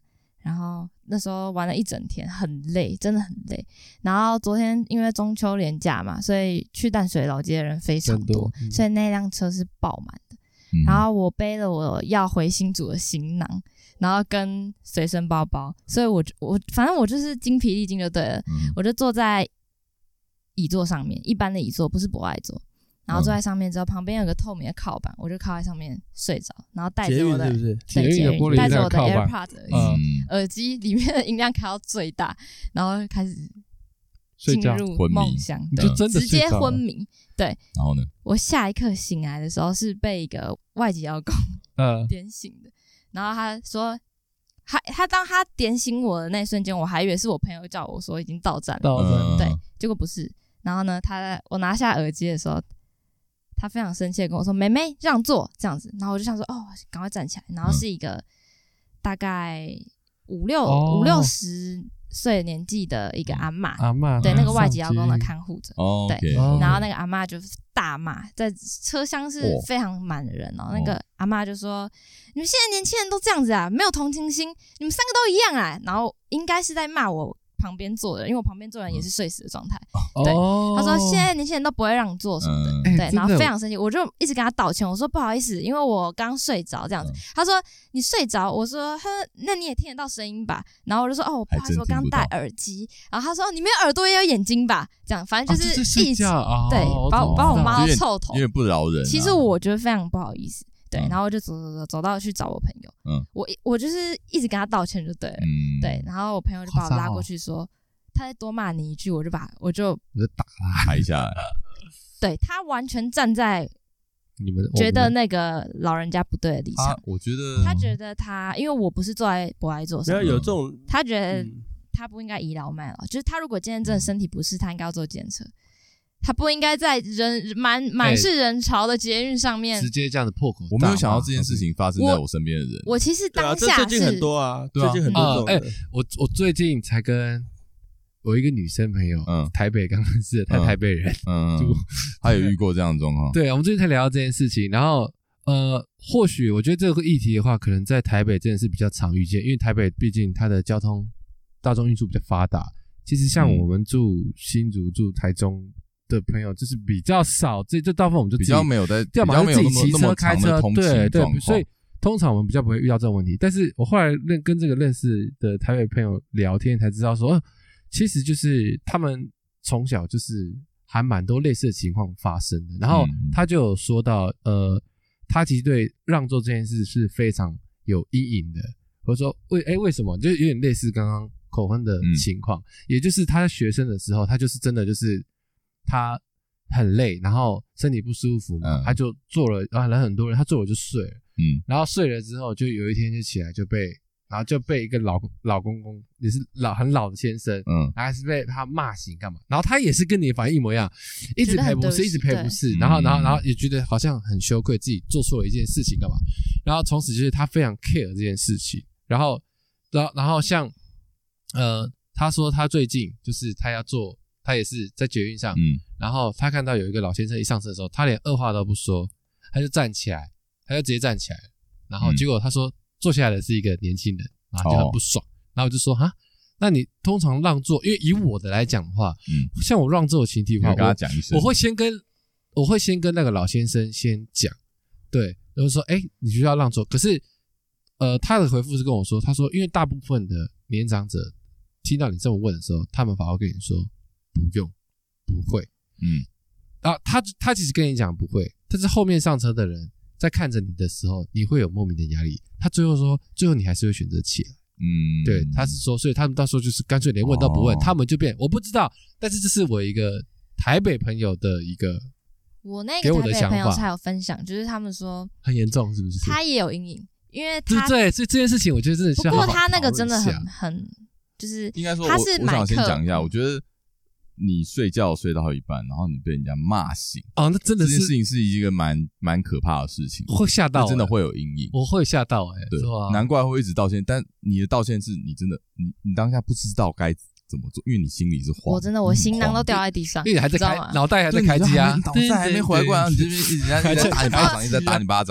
然后那时候玩了一整天，很累，真的很累。然后昨天因为中秋连假嘛，所以去淡水老街的人非常多，嗯、所以那辆车是爆满的。嗯、然后我背了我要回新竹的行囊，然后跟随身包包，所以我我反正我就是精疲力尽就对了。嗯、我就坐在椅座上面，一般的椅座，不是博爱座。然后坐在上面之后，旁边有个透明的靠板，我就靠在上面睡着，然后带着我的对捷运，带着我的 AirPods 耳机，嗯、耳机里面的音量开到最大，然后开始进入梦乡， 就真的直接昏迷。对， 然后呢？ 我下一刻醒来的时候是被一个外籍劳工点醒的，然后他说，他他当他点醒我的那瞬间，我还以为是我朋友叫我说已经到站了， 到站， 对，结果不是。然后呢，他我拿下耳机的时候。他非常生气的跟我说：“妹妹让座，这样子。”然后我就想说：“哦，赶快站起来。”然后是一个大概五六、哦、五六十岁年纪的一个阿嬷， 阿嬷对那个外籍劳工的看护者， 哦、 对。 okay. 然后那个阿嬷就大骂，在车厢是非常满的人哦。哦那个阿嬷就说：“你们现在年轻人都这样子啊，没有同情心，你们三个都一样啊。”然后应该是在骂我。旁边坐的人，因为我旁边坐的人也是睡死的状态。嗯、对，哦、他说现在年轻人都不会让座什么的，嗯、对，然后非常生气，我就一直跟他道歉，我说不好意思，因为我刚睡着这样子。嗯、他说你睡着，我说那你也听得到声音吧？然后我就说哦，不好意思，我刚戴耳机。然后他说你没有耳朵也有眼睛吧？这样，反正就是一直、 哦、 对，把我把我骂到臭头， 有点不饶人、啊。 其实我觉得非常不好意思。对，然后我就走走走走到去找我朋友，嗯，我我就是一直跟他道歉就对了，嗯，对，然后我朋友就把我拉过去说。他再多骂你一句，我就把我就我就打他拍下来。 对他完全站在你们觉得那个老人家不对的立场。 我觉得他觉得他，因为我不是坐在博爱座上， 没有有这种， 他觉得他不应该倚老卖老，就是他如果今天真的身体不适，他应该要坐计程车，他不应该在人满满是人潮的捷运上面、 欸、直接这样的破口。 我没有想到这件事情发生在我身边的人。 我, 我其实当下是、 啊、最近很多啊， 对啊最近很多这种哎、呃欸，我我最近才跟。我一个女生朋友，嗯，台北刚认识的，她台北人， 嗯，嗯她有遇过这样的状况。 对，我们最近才聊到这件事情，然后呃，或许我觉得这个议题的话，可能在台北真的是比较常遇见，因为台北毕竟它的交通大众运输比较发达。其实像我们住新竹、住台中的朋友，就是比较少，这就大部分我们就比较没有在， 要么就自己骑车、开车， 对对，所以通常我们比较不会遇到这种问题。但是我后来认跟这个认识的台北朋友聊天，才知道说。呃其实就是他们从小就是还蛮多类似的情况发生的，然后他就有说到，呃，他其实对让座这件事是非常有阴影的，或者说为哎为什么，就有点类似刚刚口婚的情况，嗯、也就是他在学生的时候，他就是真的就是他很累，然后身体不舒服嘛，嗯、他就坐了，然后人很多人，他坐了就睡了，嗯，然后睡了之后，就有一天就起来就被。然后就被一个老老公公，也是老很老的先生，嗯，还是被他骂醒干嘛？然后他也是跟你的反应一模一样，一直赔不是，一直赔不是，然后然后然后也觉得好像很羞愧，自己做错了一件事情干嘛？然后从此就是他非常 care 这件事情，然后然后然后像呃，他说他最近就是他要做，他也是在捷运上，嗯，然后他看到有一个老先生一上车的时候，他连二话都不说，他就站起来，他就直接站起来，然后结果他说。坐下来的是一个年轻人，然后就很不爽，哦、然后我就说哈，那你通常让座，因为以我的来讲的话，嗯，像我让座的情况的话， 跟他讲一声， 我会先跟我会先跟那个老先生先讲，对，然后说，哎、欸，你需要让座，可是，呃，他的回复是跟我说，他说，因为大部分的年长者听到你这么问的时候，他们反而跟你说不用，不会，嗯，啊，他他其实跟你讲不会，但是后面上车的人。在看着你的时候，你会有莫名的压力。他最后说，最后你还是会选择起来。嗯，对，他是说，所以他们到时候就是干脆连问都不问，哦、他们就变。我不知道，但是这是我一个台北朋友的一个， 我那个台北朋友才有分享，就是他们说很严重，是不是？ 他也有阴影，因为他对，所以这件事情我觉得真的是。 不过他那个真的很很，就是应该说， 他是我想先讲一下，我觉得。你睡觉睡到一半，然后你被人家骂醒， 哦，那真的是这件事情是一个蛮蛮可怕的事情， 会吓到、欸， 真的会有阴影， 我会吓到哎、欸， 对， 啊、 难怪会一直道歉，但你的道歉是你真的，你你当下不知道该怎么做，因为你心里是慌， 我真的我心囊都掉在地上， 因为你还在开，脑袋还在开机啊， 脑袋还没回来过来，你这边一直在一直在打你巴掌，一直在打你巴掌，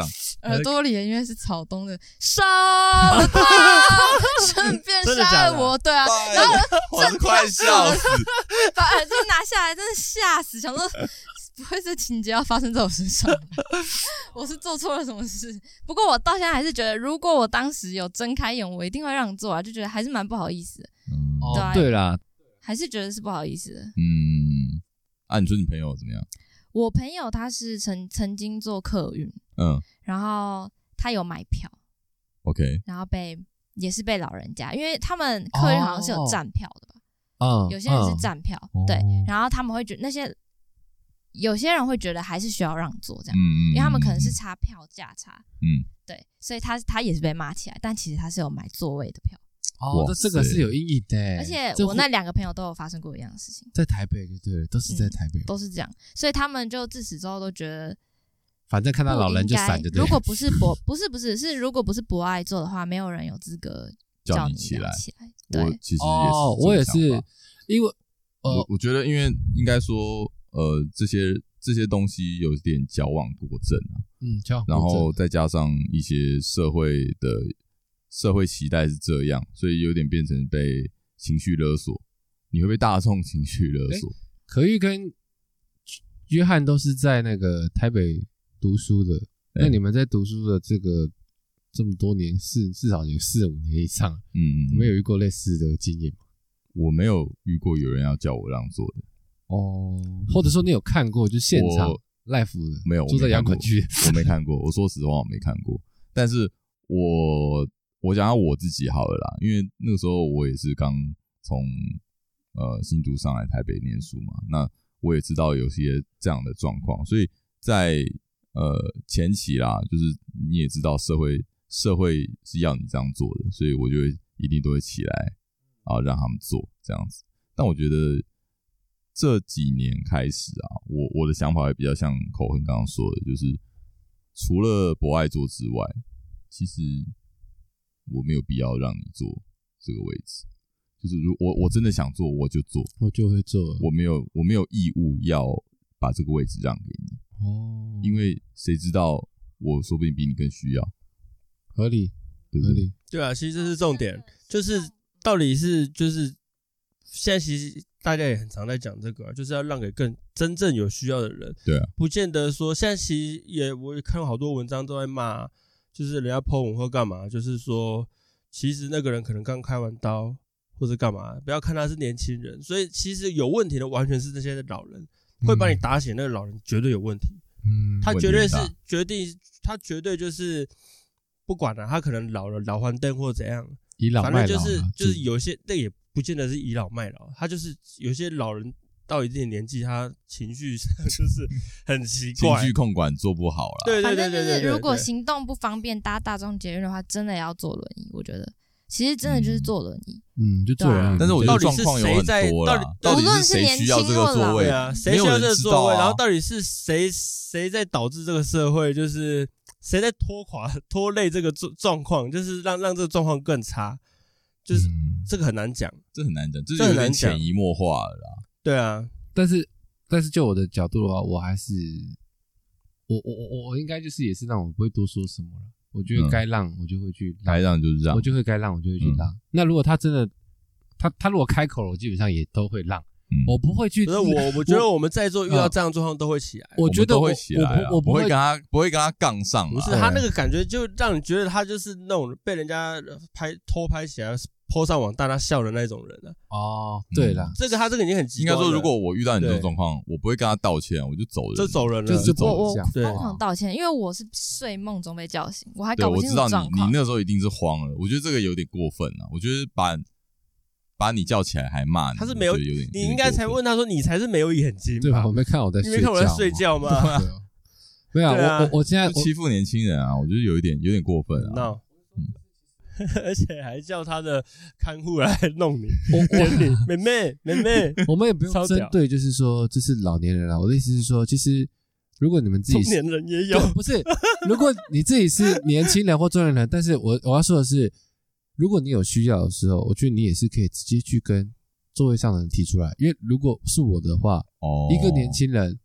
耳朵里的音乐是草东的杀了他，顺便杀了我。对啊，然后我快笑死， 把耳机拿下来，真的吓死，想说不会这情节要发生在我身上吧？我是做错了什么事？不过我到现在还是觉得，如果我当时有睁开眼，我一定会让座啊，就觉得还是蛮不好意思的。 嗯， 对啊， 对啦， 还是觉得是不好意思的。 嗯，啊，你说你朋友怎么样？ 我朋友他是曾曾经做客运， 嗯， 然后他有买票 ，OK， 然后被也是被老人家，因为他们客运好像是有站票的吧， 嗯， 有些人是站票， 嗯、 对，然后他们会觉得那些有些人会觉得还是需要让座这样， 嗯嗯， 因为他们可能是差票价差， 嗯， 对，所以他他也是被骂起来，但其实他是有买座位的票。 哦，这这个是有阴影的， 而且我那两个朋友都有发生过一样的事情， 在台北，对对，都是在台北、嗯， 都是这样，所以他们就自此之后都觉得， 反正看到老人就闪着。 如果不是博，不是不是是，如果不是博爱做的话，没有人有资格叫你起来。 起来，对， 我其实也是哦，我也是，因为呃，我我觉得，因为应该说，呃，这些这些东西有点矫枉过正啊， 嗯，矫枉过正， 然后再加上一些社会的。社会期待是这样，所以有点变成被情绪勒索，你会被大众情绪勒索。 可玉跟约翰都是在那个台北读书的，那你们在读书的这个这么多年，四至少有四五年以上，嗯，你们有遇过类似的经验吗？ 我没有遇过有人要叫我让座的， 哦，或者说你有看过就现场 live 的， 没有， 住在摇滚区， 我没看过。我说实话，我没看过，但是我。我讲到我自己好了啦，因为那个时候我也是刚从呃新竹上来台北念书嘛，那我也知道有些这样的状况，所以在呃前期啦，就是你也知道社会社会是要你这样做的，所以我就会一定都会起来啊让他们做这样子。但我觉得这几年开始啊，我我的想法也比较像口恒刚刚说的，就是除了博爱座之外，其实。我没有必要让你坐这个位置，就是如我我真的想坐，我就坐， 我就会坐。 我没有我没有义务要把这个位置让给你哦， 因为谁知道我说不定比你更需要， 合理， 对不对？ 对啊，其实这是重点，就是到底是就是现在其实大家也很常在讲这个、啊，就是要让给更真正有需要的人。 对啊， 不见得说现在其实也我也看过好多文章都在骂。就是人家 po 文或干嘛，就是说，其实那个人可能刚开完刀或者干嘛，不要看他是年轻人，所以其实有问题的完全是这些老人，会把你打醒，那个老人绝对有问题，嗯，他绝对是决定，他绝对就是不管了、啊，他可能老了老还灯或怎样， 倚老卖老、啊， 反正就是就是有些那也不见得是倚老卖老，他就是有些老人。到一定的年纪，他情绪就是很奇怪， 情绪控管做不好了。 对对对对对， 如果行动不方便搭大众捷运的话，真的要坐轮椅。我觉得其实真的就是坐轮椅， 嗯，就坐轮椅。 但是我觉得状况有很多啦，到底是谁需要这个座位啊？谁需要这个座位？然后到底是谁谁在导致这个社会，就是谁在拖垮拖累这个状况，就是让让这个状况更差，就是这个很难讲， 这很难讲，这就有点潜移默化了啦。 对啊， 但是但是就我的角度的话，我还是我我我我应该就是也是让我不会多说什么了。我觉得该让我就会去让， 该让就是让， 我就会该让我就会去让。嗯、那如果他真的他他如果开口了，我基本上也都会让，嗯、我不会去。 我我觉得我们在座遇到这样的状况都会起来， 我觉得我会起来， 我不会跟他不会跟他杠上。 不是他那个感觉，就让你觉得他就是那种被人家拍偷拍起来。po 上网大家笑的那种人啊。 哦，对啦、 嗯，这个他这个已经很极端了。 应该说，如果我遇到你这种状况，我不会跟他道歉，我就走人， 就走人了， 就就走我我这样。 疯狂道歉，因为我是睡梦中被叫醒，我还搞不清楚状况。 我知道你，你那时候一定是慌了。我觉得这个有点过分啊！我觉得把把你叫起来还骂你， 他是没有， 有点你应该才问他说，你才是没有眼睛吧？ 对吧？我没看我在睡觉， 你没看我在睡觉吗？ 没有， 啊、 我我我现在欺负年轻人啊，我觉得有一点有点过分啊。 No. 而且还叫他的看护来弄你，妹妹妹妹， 我们也不用针对，就是说这是老年人啦。我的意思是说，其实如果你们自己中年人也有， 不是？如果你自己是年轻人或中年人，但是我我要说的是，如果你有需要的时候，我觉得你也是可以直接去跟座位上的人提出来，因为如果是我的话，哦，一个年轻人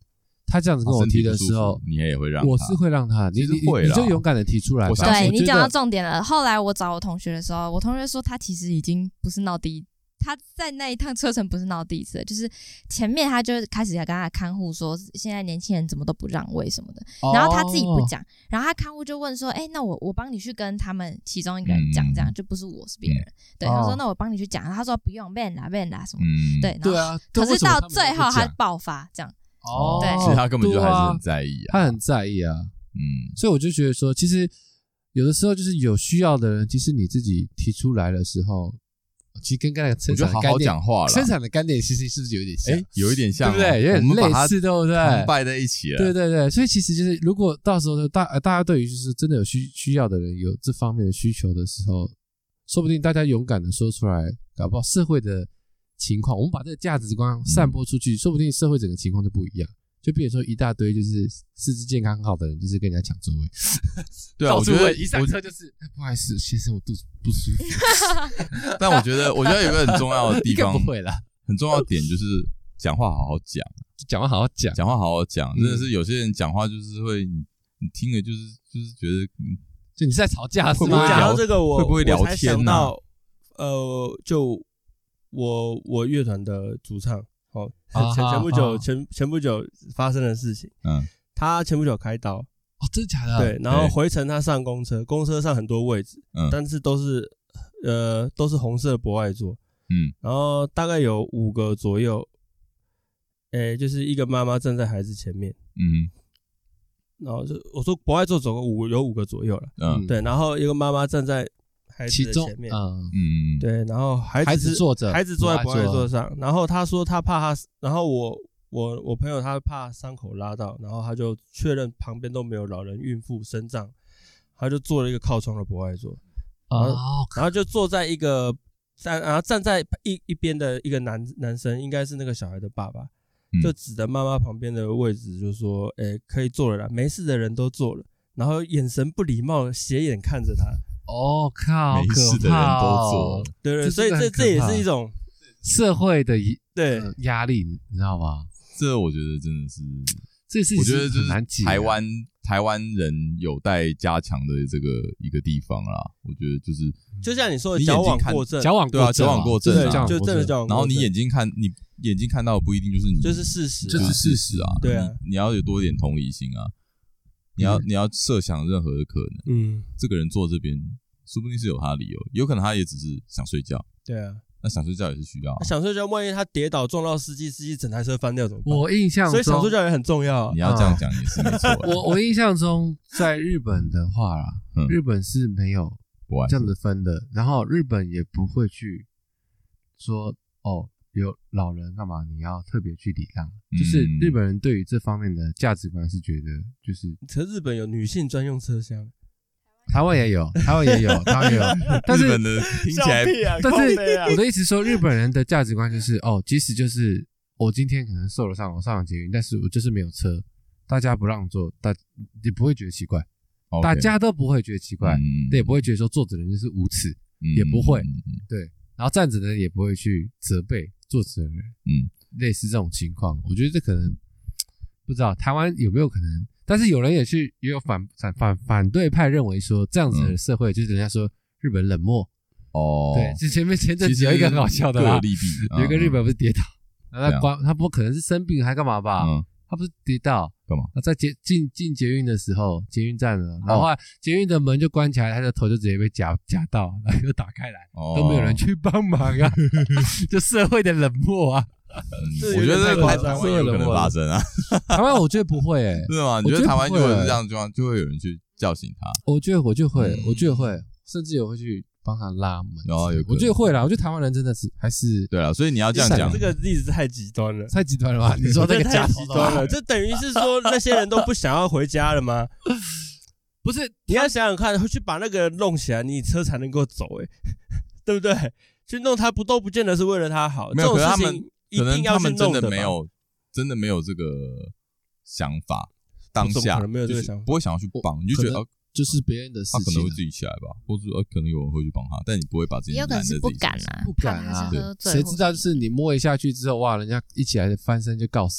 他这样子跟我提的时候， 你也会让他， 我是会让他，你你你就勇敢的提出来吧。 对，你讲到重点了。后来我找我同学的时候，我同学说他其实已经不是闹第一。他在那一趟车程不是闹第一次，就是前面他就开始跟他的看护说，现在年轻人怎么都不让位什么的，哦、然后他自己不讲，然后他看护就问说，哎、欸，那我我帮你去跟他们其中一个人讲，这样、嗯、就不是我是别人，嗯、对，他说那我帮你去讲，他说不用 ban 啦 ban 啦什么，嗯、对， 对啊， 可是到最后他爆发这样， 哦，对，其实他根本就还是很在意啊， 他很在意啊，嗯，所以我就觉得说，其实有的时候就是有需要的人，其实你自己提出来的时候。其实跟刚才生产的概念， 好好讲话了。 生产的概念其实是不是有点像？ 哎，有一点像， 对不对？有点类似，对不对？ 团拜在一起了。 对对对，所以其实就是，如果到时候大大家对于就是真的有需需要的人有这方面的需求的时候，说不定大家勇敢的说出来，搞不好社会的情况，我们把这个价值观散播出去，嗯、说不定社会整个情况就不一样。就比如说一大堆就是四肢健康很好的人，就是跟人家抢座位。 对啊，我觉得一上车就是、哎、不好意思，先生，我肚子不舒服。 但我觉得，我觉得有个很重要的地方， 不会啦， 很重要的点就是讲话好好讲， 讲话好好讲， 讲话好好讲。真的是有些人讲话就是会，你你听了就是就是觉得， 就你是在吵架是吗？ 会不会聊这个我会不会聊天呢、啊？ 呃，就我我乐团的主唱。哦，前前不久前前不久发生的事情，嗯，他前不久开刀， 哦，真的假的？ 对，然后回程他上公车，公车上很多位置，嗯，但是都是呃都是红色博爱座，嗯，然后大概有五个左右，诶，就是一个妈妈站在孩子前面，嗯，然后就我说博爱座走个五有五个左右了，嗯，对，然后一个妈妈站在孩子的前面，嗯嗯，对，然后孩子孩子坐着， 孩子坐在博爱座上，然后他说他怕他，然后我我我朋友他怕伤口拉到，然后他就确认旁边都没有老人、孕妇、身障，他就做了一个靠窗的博爱座，然后、哦、然后就坐在一个站，然后站在一一边的一个男男生，应该是那个小孩的爸爸，嗯、就指着妈妈旁边的位置就说：“哎，可以坐了啦，没事的人都坐了。”然后眼神不礼貌，斜眼看着他。 哦靠！ 没事的人都做， 对对，所以这这也是一种社会的对压力，你知道吗？ 这我觉得真的是， 这是我觉得就是台湾台湾人有待加强的这个一个地方啦。我觉得就是就像你说的矫枉过正， 矫枉对啊，矫枉过正啊， 就真的矫枉过正。 然后你眼睛看，你眼睛看到的不一定就是你， 就是事实， 就是事实啊。 对啊， 你要有多一点同理心啊。你要、嗯、你要设想任何的可能，嗯，这个人坐这边，说不定是有他的理由，有可能他也只是想睡觉， 对啊， 那想睡觉也是需要、啊， 想睡觉，万一他跌倒撞到司机，司机整台车翻掉怎么办？ 我印象中， 所以想睡觉也很重要、啊。 你要这样讲也是没错、啊。 我我印象中，在日本的话啦，嗯、日本是没有这样子分的，然后日本也不会去说哦。有老人干嘛？你要特别去礼让，嗯、就是日本人对于这方面的价值观是觉得，就是。 可日本有女性专用车厢， 台湾也有，台湾也有，台湾也有。但是日本的听起来， 啊、 但是我的意思说，日本人的价值观就是，哦，即使就是我今天可能受了伤，我上了捷运，但是我就是没有车，大家不让座，大也不会觉得奇怪， okay, 大家都不会觉得奇怪，嗯、也不会觉得说坐着的人就是无耻，嗯、也不会，对，然后站着的人也不会去责备。坐着的人，嗯，类似这种情况，我觉得这可能不知道台湾有没有可能，但是有人也去也有反反反反对派认为说这样子的社会、嗯、就是人家说日本冷漠哦，对，就前面前阵子有一个很好笑的啦， 利弊， 有一个日本不是跌倒，然后他关他不可能是生病还干嘛吧？嗯，他不是跌倒干嘛？ 他在捷进进捷运的时候，捷运站了，然后捷运的门就关起来，他的头就直接被夹夹到，然后又打开来，哦、都没有人去帮忙啊，就社会的冷漠啊。 嗯、我觉得这个台湾有可能发生啊， 台湾我觉得不会诶、欸， 是吗？你觉得台湾如果是这样的状况，就会有人去叫醒他？ 我觉得我就会，嗯、我觉得会，甚至有会去帮他拉门。 有有， 我觉得会啦。我觉得台湾人真的是还是对啦，所以你要这样讲， 这个例子太极端了， 太极端了吧？你说这个太极端了，这等于是说那些人都不想要回家了吗？不是，你要想想看，去把那个弄起来，你车才能够走、欸，哎，对不对？去弄他不都不见得是为了他好， 没有， 这种事情一定要去弄的。 可能他们真的没有，真的没有这个想法，当下可能没有这个想法， 不会想要去帮，你就觉得就是别人的事情、啊， 他可能会自己起来吧，或者呃，可能有人会去帮他，但你不会把自己也有可能是不敢啊， 不敢啊，谁知道就是你摸一下去之后，哇，人家一起来翻身就告死你，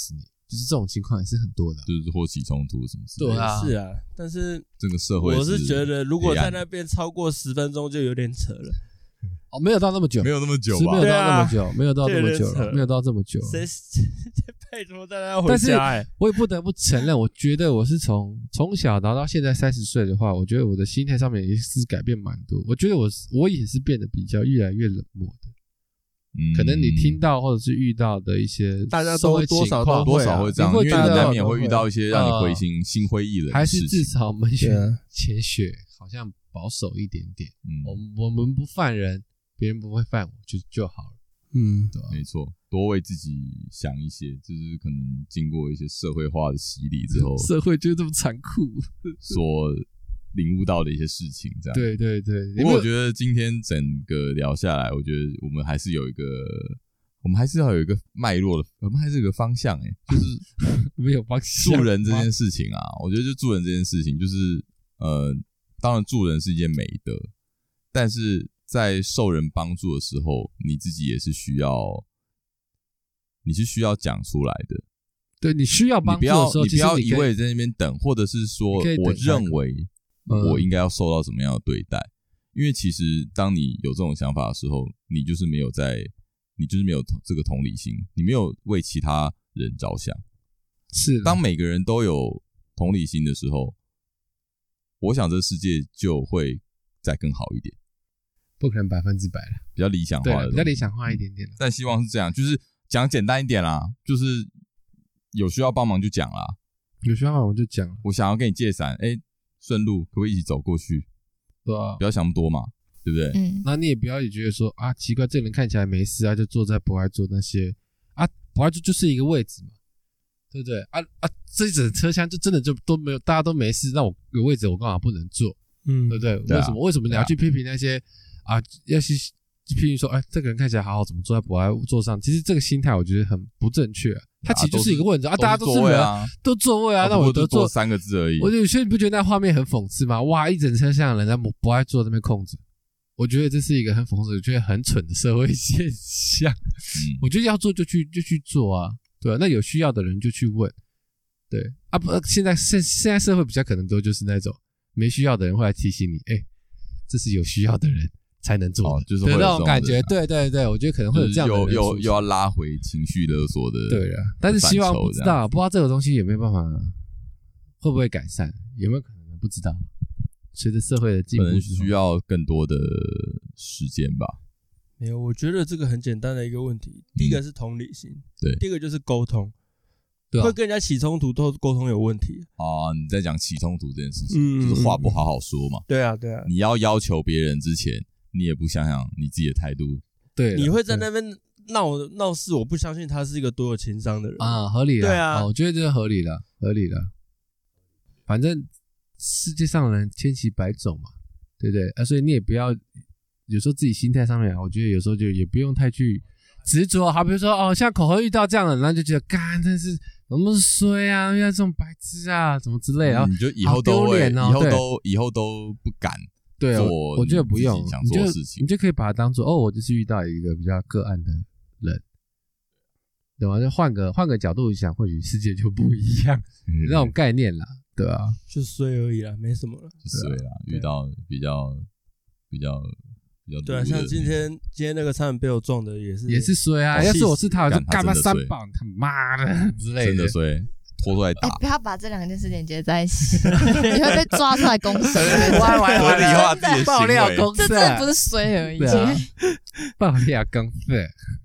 就是这种情况也是很多的、啊， 就是或起冲突什么之类的。 对啊， 是啊，但是这个社会我是觉得，如果在那边超过十分钟就有点扯了。 哦，没有到那么久， 没有那么久吧？ 没有到那么久， 啊、 没有到那么久了，没有到这么久。 谁拜托大家回家、欸？ 我也不得不承认，我觉得我是从从小到到现在三十岁的话，我觉得我的心态上面也是改变蛮多。我觉得我我也是变得比较越来越冷漠的。嗯，可能你听到或者是遇到的一些大家都多少都多少会这样，因为你难免会遇到一些让你灰心、呃、心灰意冷的事情。 还是至少我们选浅血好像保守一点点。嗯，我们我们不犯人。别人不会犯我就就好了， 嗯， 对、啊，没错，多为自己想一些，就是可能经过一些社会化的洗礼之后， 社会就这么残酷， 所领悟到的一些事情，这样， 对对对。 不过我觉得今天整个聊下来，我觉得我们还是有一个，我们还是要有一个脉络的，我们还是有一个方向、欸，哎，就是没有方向。 助人这件事情啊，我觉得就助人这件事情，就是呃，当然助人是一件美德，但是。在受人帮助的时候，你自己也是需要，你是需要讲出来的。 对，你需要帮助的时候， 你不要一味在那边等，或者是说，我认为我应该要受到怎么样的对待。嗯、因为其实当你有这种想法的时候，你就是没有在，你就是没有这个同理心，你没有为其他人着想。 是， 当每个人都有同理心的时候，我想这世界就会再更好一点。 不可能百分之百了， 比较理想化的， 比较理想化一点点、嗯。 但希望是这样，就是讲简单一点啦，就是有需要帮忙就讲啦， 有需要帮忙就讲。 我想要跟你借伞，哎、欸，顺路可不可以一起走过去？ 对啊， 不要想那么多嘛，对不对？ 嗯， 那你也不要也觉得说啊，奇怪，这个人看起来没事啊，就坐在博爱座那些啊，博爱座就是一个位置嘛，对不对？啊啊，这一整车厢就真的就都没有，大家都没事，那我有位置我干嘛不能坐？嗯，对不对？对啊、为什么？为什么你要去批评那些？啊，要是譬如说，哎，这个人看起来好好，怎么坐在博爱座上？其实这个心态我觉得很不正确、啊。他其实就是一个问题啊，大家都是人啊，都座位啊，那我都坐三个字而已。 我有些你不觉得那画面很讽刺吗？哇，一整车厢的人在博爱座那边控制，我觉得这是一个很讽刺，我觉得很蠢的社会现象。嗯、我觉得要做就去就去做啊，对啊，那有需要的人就去问，对啊不，现在现现在社会比较可能都就是那种没需要的人会来提醒你，哎、欸，这是有需要的人。才能做、 哦，就是会有那种感觉，对对对，我觉得可能会有这样的人， 又又又要拉回情绪勒索的， 对啊。但是希望不知道，不知道这个东西有没有办法，会不会改善，有没有可能不知道。随着社会的进步， 可能需要更多的时间吧。 没有，我觉得这个很简单的一个问题，第一个是同理心， 对， 第二个就是沟通。 对啊、 会跟人家起冲突，都沟通有问题啊！你在讲起冲突这件事情，嗯、就是话不好好说嘛。 对啊，对啊。 你要要求别人之前，你也不想想你自己的态度。 对， 你会在那边闹闹事，我不相信他是一个多有情商的人啊，合理的。 对啊、 哦，我觉得这是合理的，合理的。反正世界上的人千奇百种嘛，对不对？啊，所以你也不要有时候自己心态上面，我觉得有时候就也不用太去执着。好，比如说哦，像口合遇到这样的，然后就觉得干真是。怎么衰啊？遇到这种白痴啊，怎么之类的，然后你就以后都会， 哦、 以后都以后都不敢对做。 我觉得不用， 想做的事情， 你就可以把它当做哦，我就是遇到一个比较个案的人，对吧？就换个换个角度想，或许世界就不一样，嗯、那种概念啦，对吧、啊？ 就衰而已啦，没什么了， 就衰啦。遇到比较比较。 对啊，像今天今天那个差点被我撞的也是也是衰啊！要是我是他，我就干嘛三棒他妈的之类的， 真的衰，拖出来打。 欸、不要把这两件事连接在一起，你会被抓出来公审。 歪歪合理化自己的爆料公审，这真的不是衰而已。 啊、爆料公审。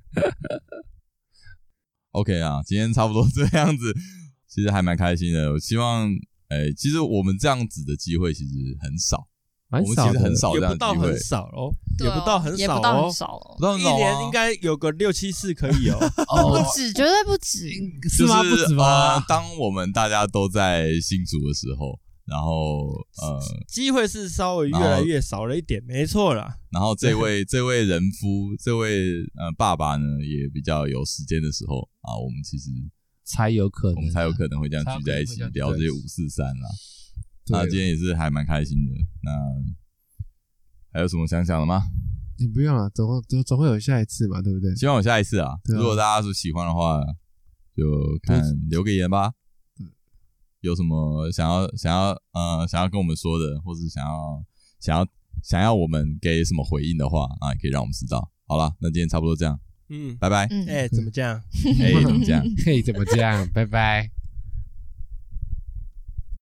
OK 啊，今天差不多这样子，其实还蛮开心的。我希望，哎、欸，其实我们这样子的机会其实很少。我们其实很少这样的机会， 也不到很少哦，也不到很少哦， 也不到很少哦， 不到很少一年应该有个六七次可以哦， 不止，绝对不止， 就是是吗？不止吗？ 呃、当我们大家都在新竹的时候，然后呃， 机会是稍微越来越少了一点，没错啦。 然后这位这位人夫，这位呃爸爸呢，也比较有时间的时候啊，我们其实才有可能， 我们才有可能会这样聚在一起聊这些五四三啦。那今天也是还蛮开心的。那还有什么想想的吗？ 你不用了，总总总会有下一次嘛，对不对？ 希望有下一次啊！ 啊如果大家是喜欢的话， 就看留个言吧。有什么想要想要呃想要跟我们说的，或是想要想要想要我们给什么回应的话啊，也可以让我们知道。好了，那今天差不多这样，嗯，拜拜。 哎、欸，怎么这样？ 哎、欸，怎么这样？ 嘿，怎么这样？拜拜。